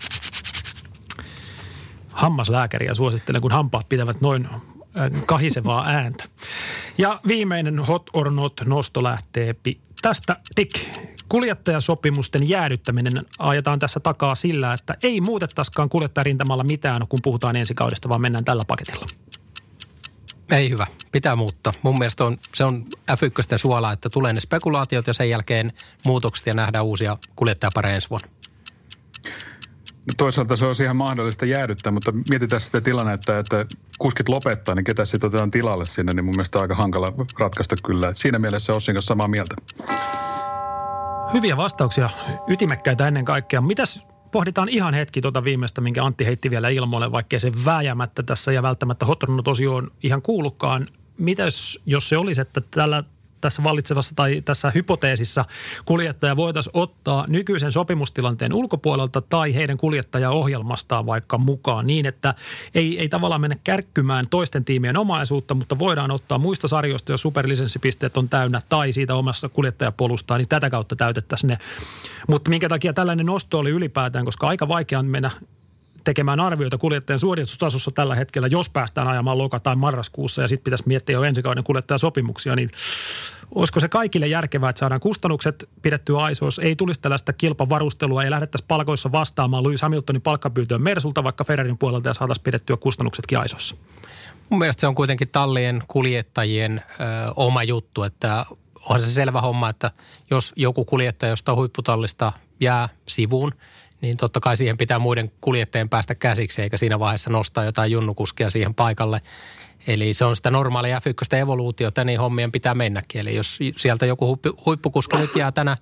Hammaslääkäriä suosittelen, kun hampaat pitävät noin kahisevaa ääntä. Ja viimeinen Hot or Not -nosto lähtee tästä. Kuljettajasopimusten jäädyttäminen ajetaan tässä takaa sillä, että ei muutettaisikaan kuljettajarintamalla mitään, kun puhutaan ensi kaudesta, vaan mennään tällä paketilla. Ei hyvä. Pitää muuttaa. Mun mielestä se on F1 suola, että tulee ne spekulaatiot ja sen jälkeen muutokset ja nähdään uusia kuljettajapareja ensi vuonna. No toisaalta se on ihan mahdollista jäädyttää, mutta mietitään sitä tilannetta, että kuskit lopettaa, niin ketä sitten otetaan tilalle sinne, niin mun mielestä on aika hankala ratkaista kyllä. Et siinä mielessä Ossin kanssa samaa mieltä. Hyviä vastauksia, ytimekkäitä ennen kaikkea. Mitäs pohditaan ihan hetki tuota viimeistä, minkä Antti heitti vielä ilmoille, vaikkei se vääjäämättä tässä ja välttämättä Hot or Not-osioon ihan kuulukaan. Mitäs jos se olisi, että tässä vallitsevassa tai tässä hypoteesissa kuljettaja voitaisiin ottaa nykyisen sopimustilanteen ulkopuolelta tai heidän kuljettajaohjelmastaan vaikka mukaan niin, että ei tavallaan mennä kärkkymään toisten tiimien omaisuutta, mutta voidaan ottaa muista sarjoista, jos superlisenssipisteet on täynnä tai siitä omassa kuljettajapolustaan, niin tätä kautta täytettäisiin ne. Mutta minkä takia tällainen nosto oli ylipäätään, koska aika vaikea on mennä tekemään arvioita kuljettajan suoritustasossa tällä hetkellä, jos päästään ajamaan loka- tai marraskuussa ja sitten pitäisi miettiä jo ensi kauden kuljettajasopimuksia, niin olisiko se kaikille järkevää, että saadaan kustannukset pidettyä aisoissa, ei tulisi tällaista kilpavarustelua, ei lähdettäisi palkoissa vastaamaan Lewis Hamiltonin palkkapyyntöön Mersulta vaikka Ferrarin puolelta ja saataisiin pidettyä kustannuksetkin aisoissa. Mun mielestä se on kuitenkin tallien kuljettajien oma juttu, että onhan se selvä homma, että jos joku kuljettaja jostain huipputallista jää sivuun, niin totta kai siihen pitää muiden kuljettajien päästä käsiksi, eikä siinä vaiheessa nostaa jotain junnukuskia siihen paikalle. Eli se on sitä normaalia F1 evoluutiota, niin hommien pitää mennäkin. Eli jos sieltä joku huippukuski nyt jää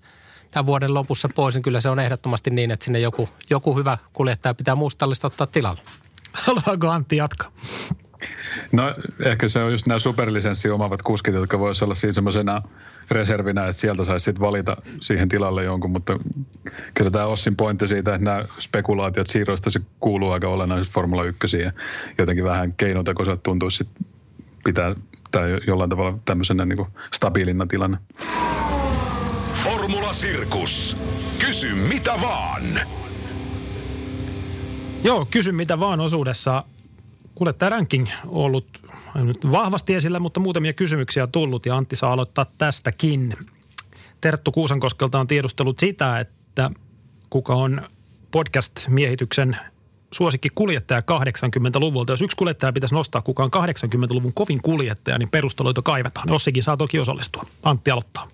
tämän vuoden lopussa pois, niin kyllä se on ehdottomasti niin, että sinne joku hyvä kuljettaja pitää muustallista ottaa tilalle. Haluaako Antti jatkaa? No ehkä se on just nämä superlisenssi omaavat kuskit, jotka voisi olla siinä semmoisena reservinä, että sieltä saisi sitten valita siihen tilalle jonkun, mutta kyllä tämä Ossin pointti siitä, että nämä spekulaatiot siirroista se kuuluu aika olennaisesti Formula 1 ja jotenkin vähän keinotekoiselta tuntuu sitten pitää tai jollain tavalla tämmöisenä niin kuin stabiilina tilana. Formula Sirkus. Kysy mitä vaan. Joo, kysy mitä vaan osuudessa. Kuljettaja ranking on ollut nyt vahvasti esillä, mutta muutamia kysymyksiä on tullut ja Antti saa aloittaa tästäkin. Terttu Kuusankoskelta on tiedustellut sitä, että kuka on podcast-miehityksen suosikki kuljettaja 80-luvulta. Jos yksi kuljettaja pitäisi nostaa, kuka on 80-luvun kovin kuljettaja, niin perusteluita kaivetaan. Ossikin saa toki osallistua. Antti aloittaa.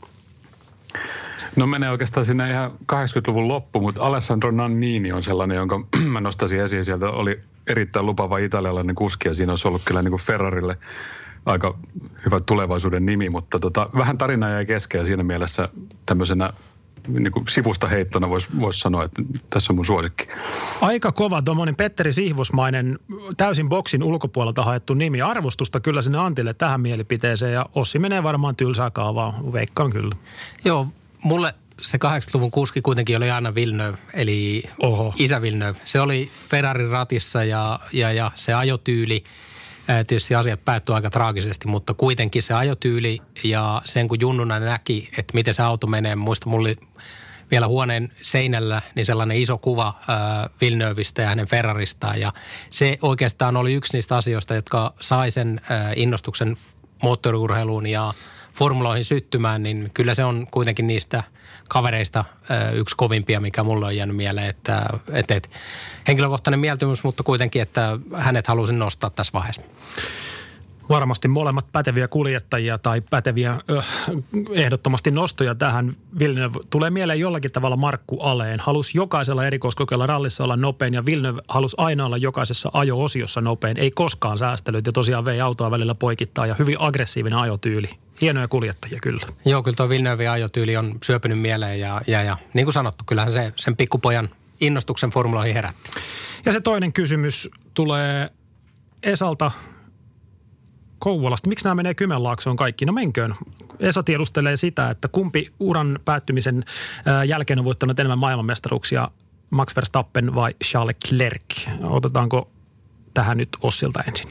No menee oikeastaan sinne ihan 80-luvun loppu, mutta Alessandro Nannini on sellainen, jonka mä nostaisin esiin. Sieltä oli erittäin lupaava italialainen kuski ja siinä olisi ollut kyllä niin kuin Ferrarille aika hyvä tulevaisuuden nimi, mutta vähän tarinaa jäi kesken ja siinä mielessä tämmöisenä niin kuin sivusta heittona voisi sanoa, että tässä on mun suosikki. Aika kova tuommoinen Petteri Sihvosmainen, täysin boksin ulkopuolelta haettu nimi. Arvostusta kyllä sinne Antille tähän mielipiteeseen ja Ossi menee varmaan tylsää kaavaa, veikkaan kyllä. Joo, mulle se 80-luvun kuski kuitenkin oli aina Villeneuve, eli isä Villeneuve. Se oli Ferrarin ratissa ja se ajotyyli, tietysti asiat päättyi aika traagisesti, mutta kuitenkin se ajotyyli ja sen kun junnuna näki, että miten se auto menee. Muista mulla oli vielä huoneen seinällä niin sellainen iso kuva Villeneuveista ja hänen Ferraristaan ja se oikeastaan oli yksi niistä asioista, jotka sai sen innostuksen moottoriurheiluun ja formuloihin syttymään, niin kyllä se on kuitenkin niistä kavereista yksi kovimpia, mikä mulle on jäänyt mieleen, että henkilökohtainen mieltymys, mutta kuitenkin, että hänet halusin nostaa tässä vaiheessa. Varmasti molemmat päteviä kuljettajia tai päteviä ehdottomasti nostoja tähän. Villeneuve tulee mieleen jollakin tavalla Markku Aleen. Halusi jokaisella erikoiskokeilla rallissa olla nopein ja Villeneuve halusi aina olla jokaisessa ajo-osiossa nopein. Ei koskaan säästelyt ja tosiaan vei autoa välillä poikittaa ja hyvin aggressiivinen ajotyyli. Hienoja kuljettajia kyllä. Joo, kyllä tuo Villeneuve ajotyyli on syöpynyt mieleen ja niin kuin sanottu, kyllähän se sen pikkupojan innostuksen formuloihin herätti. Ja se toinen kysymys tulee Esalta Kouvolasta. Miksi nämä menee Kymenlaaksoon kaikki? No menköön. Esa tiedustelee sitä, että kumpi uran päättymisen jälkeen on voittanut enemmän maailmanmestaruuksia, Max Verstappen vai Charles Leclerc? Otetaanko tähän nyt Ossilta ensin?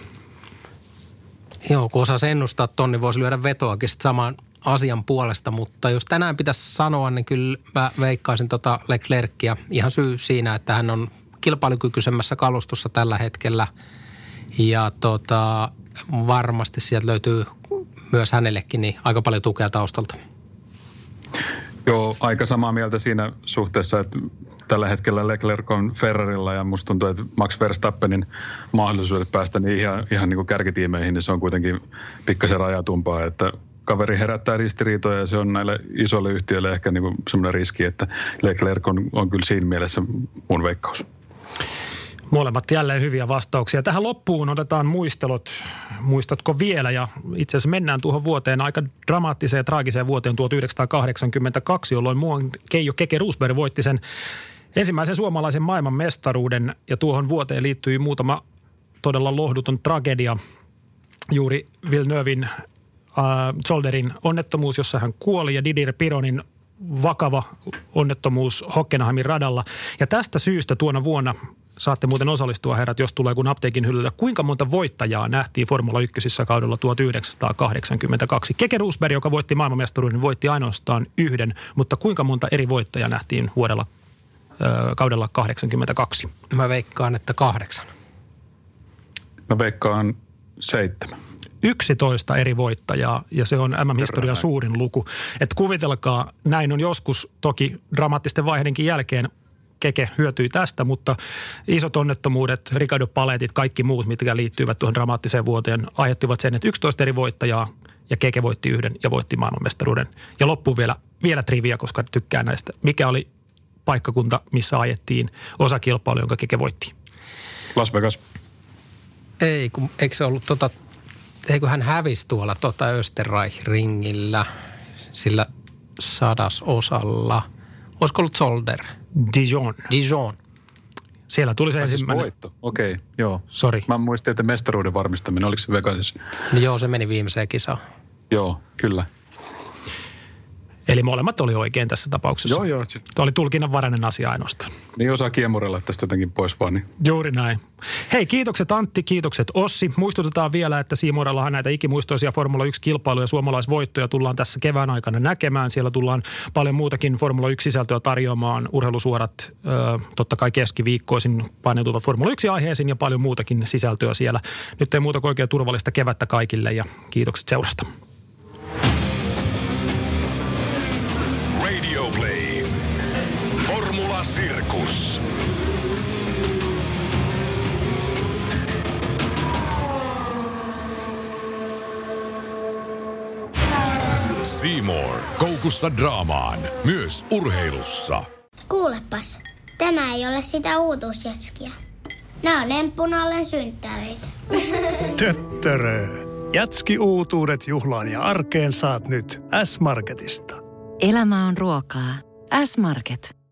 Joo, kun osaisi ennustaa ton, niin voisi lyödä vetoakin saman asian puolesta, mutta jos tänään pitäisi sanoa, niin kyllä mä veikkaisin Leclercia. Ihan syy siinä, että hän on kilpailukykyisemmässä kalustossa tällä hetkellä ja varmasti sieltä löytyy myös hänellekin niin aika paljon tukea taustalta. Joo, aika samaa mieltä siinä suhteessa, että tällä hetkellä Leclerc on Ferrarilla ja musta tuntuu, että Max Verstappenin mahdollisuudet päästä niin ihan niin kuin kärkitiimeihin, niin se on kuitenkin pikkasen rajatumpaa, että kaveri herättää ristiriitoja ja se on näille isoille yhtiöille ehkä niin kuin semmoinen riski, että Leclerc on kyllä siinä mielessä mun veikkaus. Molemmat jälleen hyviä vastauksia. Tähän loppuun otetaan muistelut. Muistatko vielä? Ja itse asiassa mennään tuohon vuoteen, aika dramaattiseen ja traagiseen vuoteen 1982, jolloin muuan Keijo Keke Rosberg voitti sen ensimmäisen suomalaisen maailmanmestaruuden. Ja tuohon vuoteen liittyi muutama todella lohduton tragedia. Juuri Villeneuven Zolderin onnettomuus, jossa hän kuoli, ja Didier Pironin vakava onnettomuus Hockenheimin radalla. Ja tästä syystä tuona vuonna saatte muuten osallistua, herrat, jos tulee kun apteekin hyllyllä. Kuinka monta voittajaa nähtiin Formula 1 kaudella 1982? Keke Rosberg, joka voitti maailmanmestaruuden, voitti ainoastaan yhden, mutta kuinka monta eri voittajaa nähtiin kaudella 82? Mä veikkaan, että 8. Mä veikkaan 7. 11 eri voittajaa ja se on MM-historian suurin luku. Että kuvitelkaa, näin on joskus toki dramaattisten vaiheidenkin jälkeen Keke hyötyi tästä, mutta isot onnettomuudet, Ricardo Paletit, kaikki muut, mitkä liittyvät tuohon dramaattiseen vuoteen, aiheuttivat sen, että 11 eri voittajaa ja Keke voitti yhden ja voitti maailmanmestaruuden. Ja loppuun vielä trivia, koska tykkään näistä. Mikä oli paikkakunta, missä ajettiin osakilpailu, jonka Keke voitti? Las Vegas. Eikö se ollut eikö hän hävisi tuolla Österreich-ringillä sillä 100-osalla? Olisiko ollut Zolder? Dijon. Siellä tuli se ensimmäinen. Voitto, okei, joo. Sori. Mä muistin, että mestaruuden varmistaminen, oliko se Vegasissa? No joo, se meni viimeiseen kisaan. Joo, kyllä. Eli molemmat oli oikein tässä tapauksessa. Joo. Tuo oli tulkinnanvarainen asia ainoastaan. Niin osaa kiemurella tästä jotenkin pois vaan. Niin. Juuri näin. Hei, kiitokset Antti, kiitokset Ossi. Muistutetaan vielä, että C Morellahan näitä ikimuistoisia Formula 1-kilpailuja ja suomalaisvoittoja tullaan tässä kevään aikana näkemään. Siellä tullaan paljon muutakin Formula 1-sisältöä tarjoamaan. Urheilusuorat totta kai keskiviikkoisin paineutuvat Formula 1-aiheisiin ja paljon muutakin sisältöä siellä. Nyt ei muuta kuin oikein turvallista kevättä kaikille ja kiitokset seurasta. Radio Play. Formula Cirkus. C More. Koukussa draamaan. Myös urheilussa. Kuulepas, tämä ei ole sitä uutuusjatskia. Nämä on emppunallen synttäreitä. Töttörö. Jatski-uutuudet juhlaan ja arkeen saat nyt S-Marketista. Elämä on ruokaa. S-Market.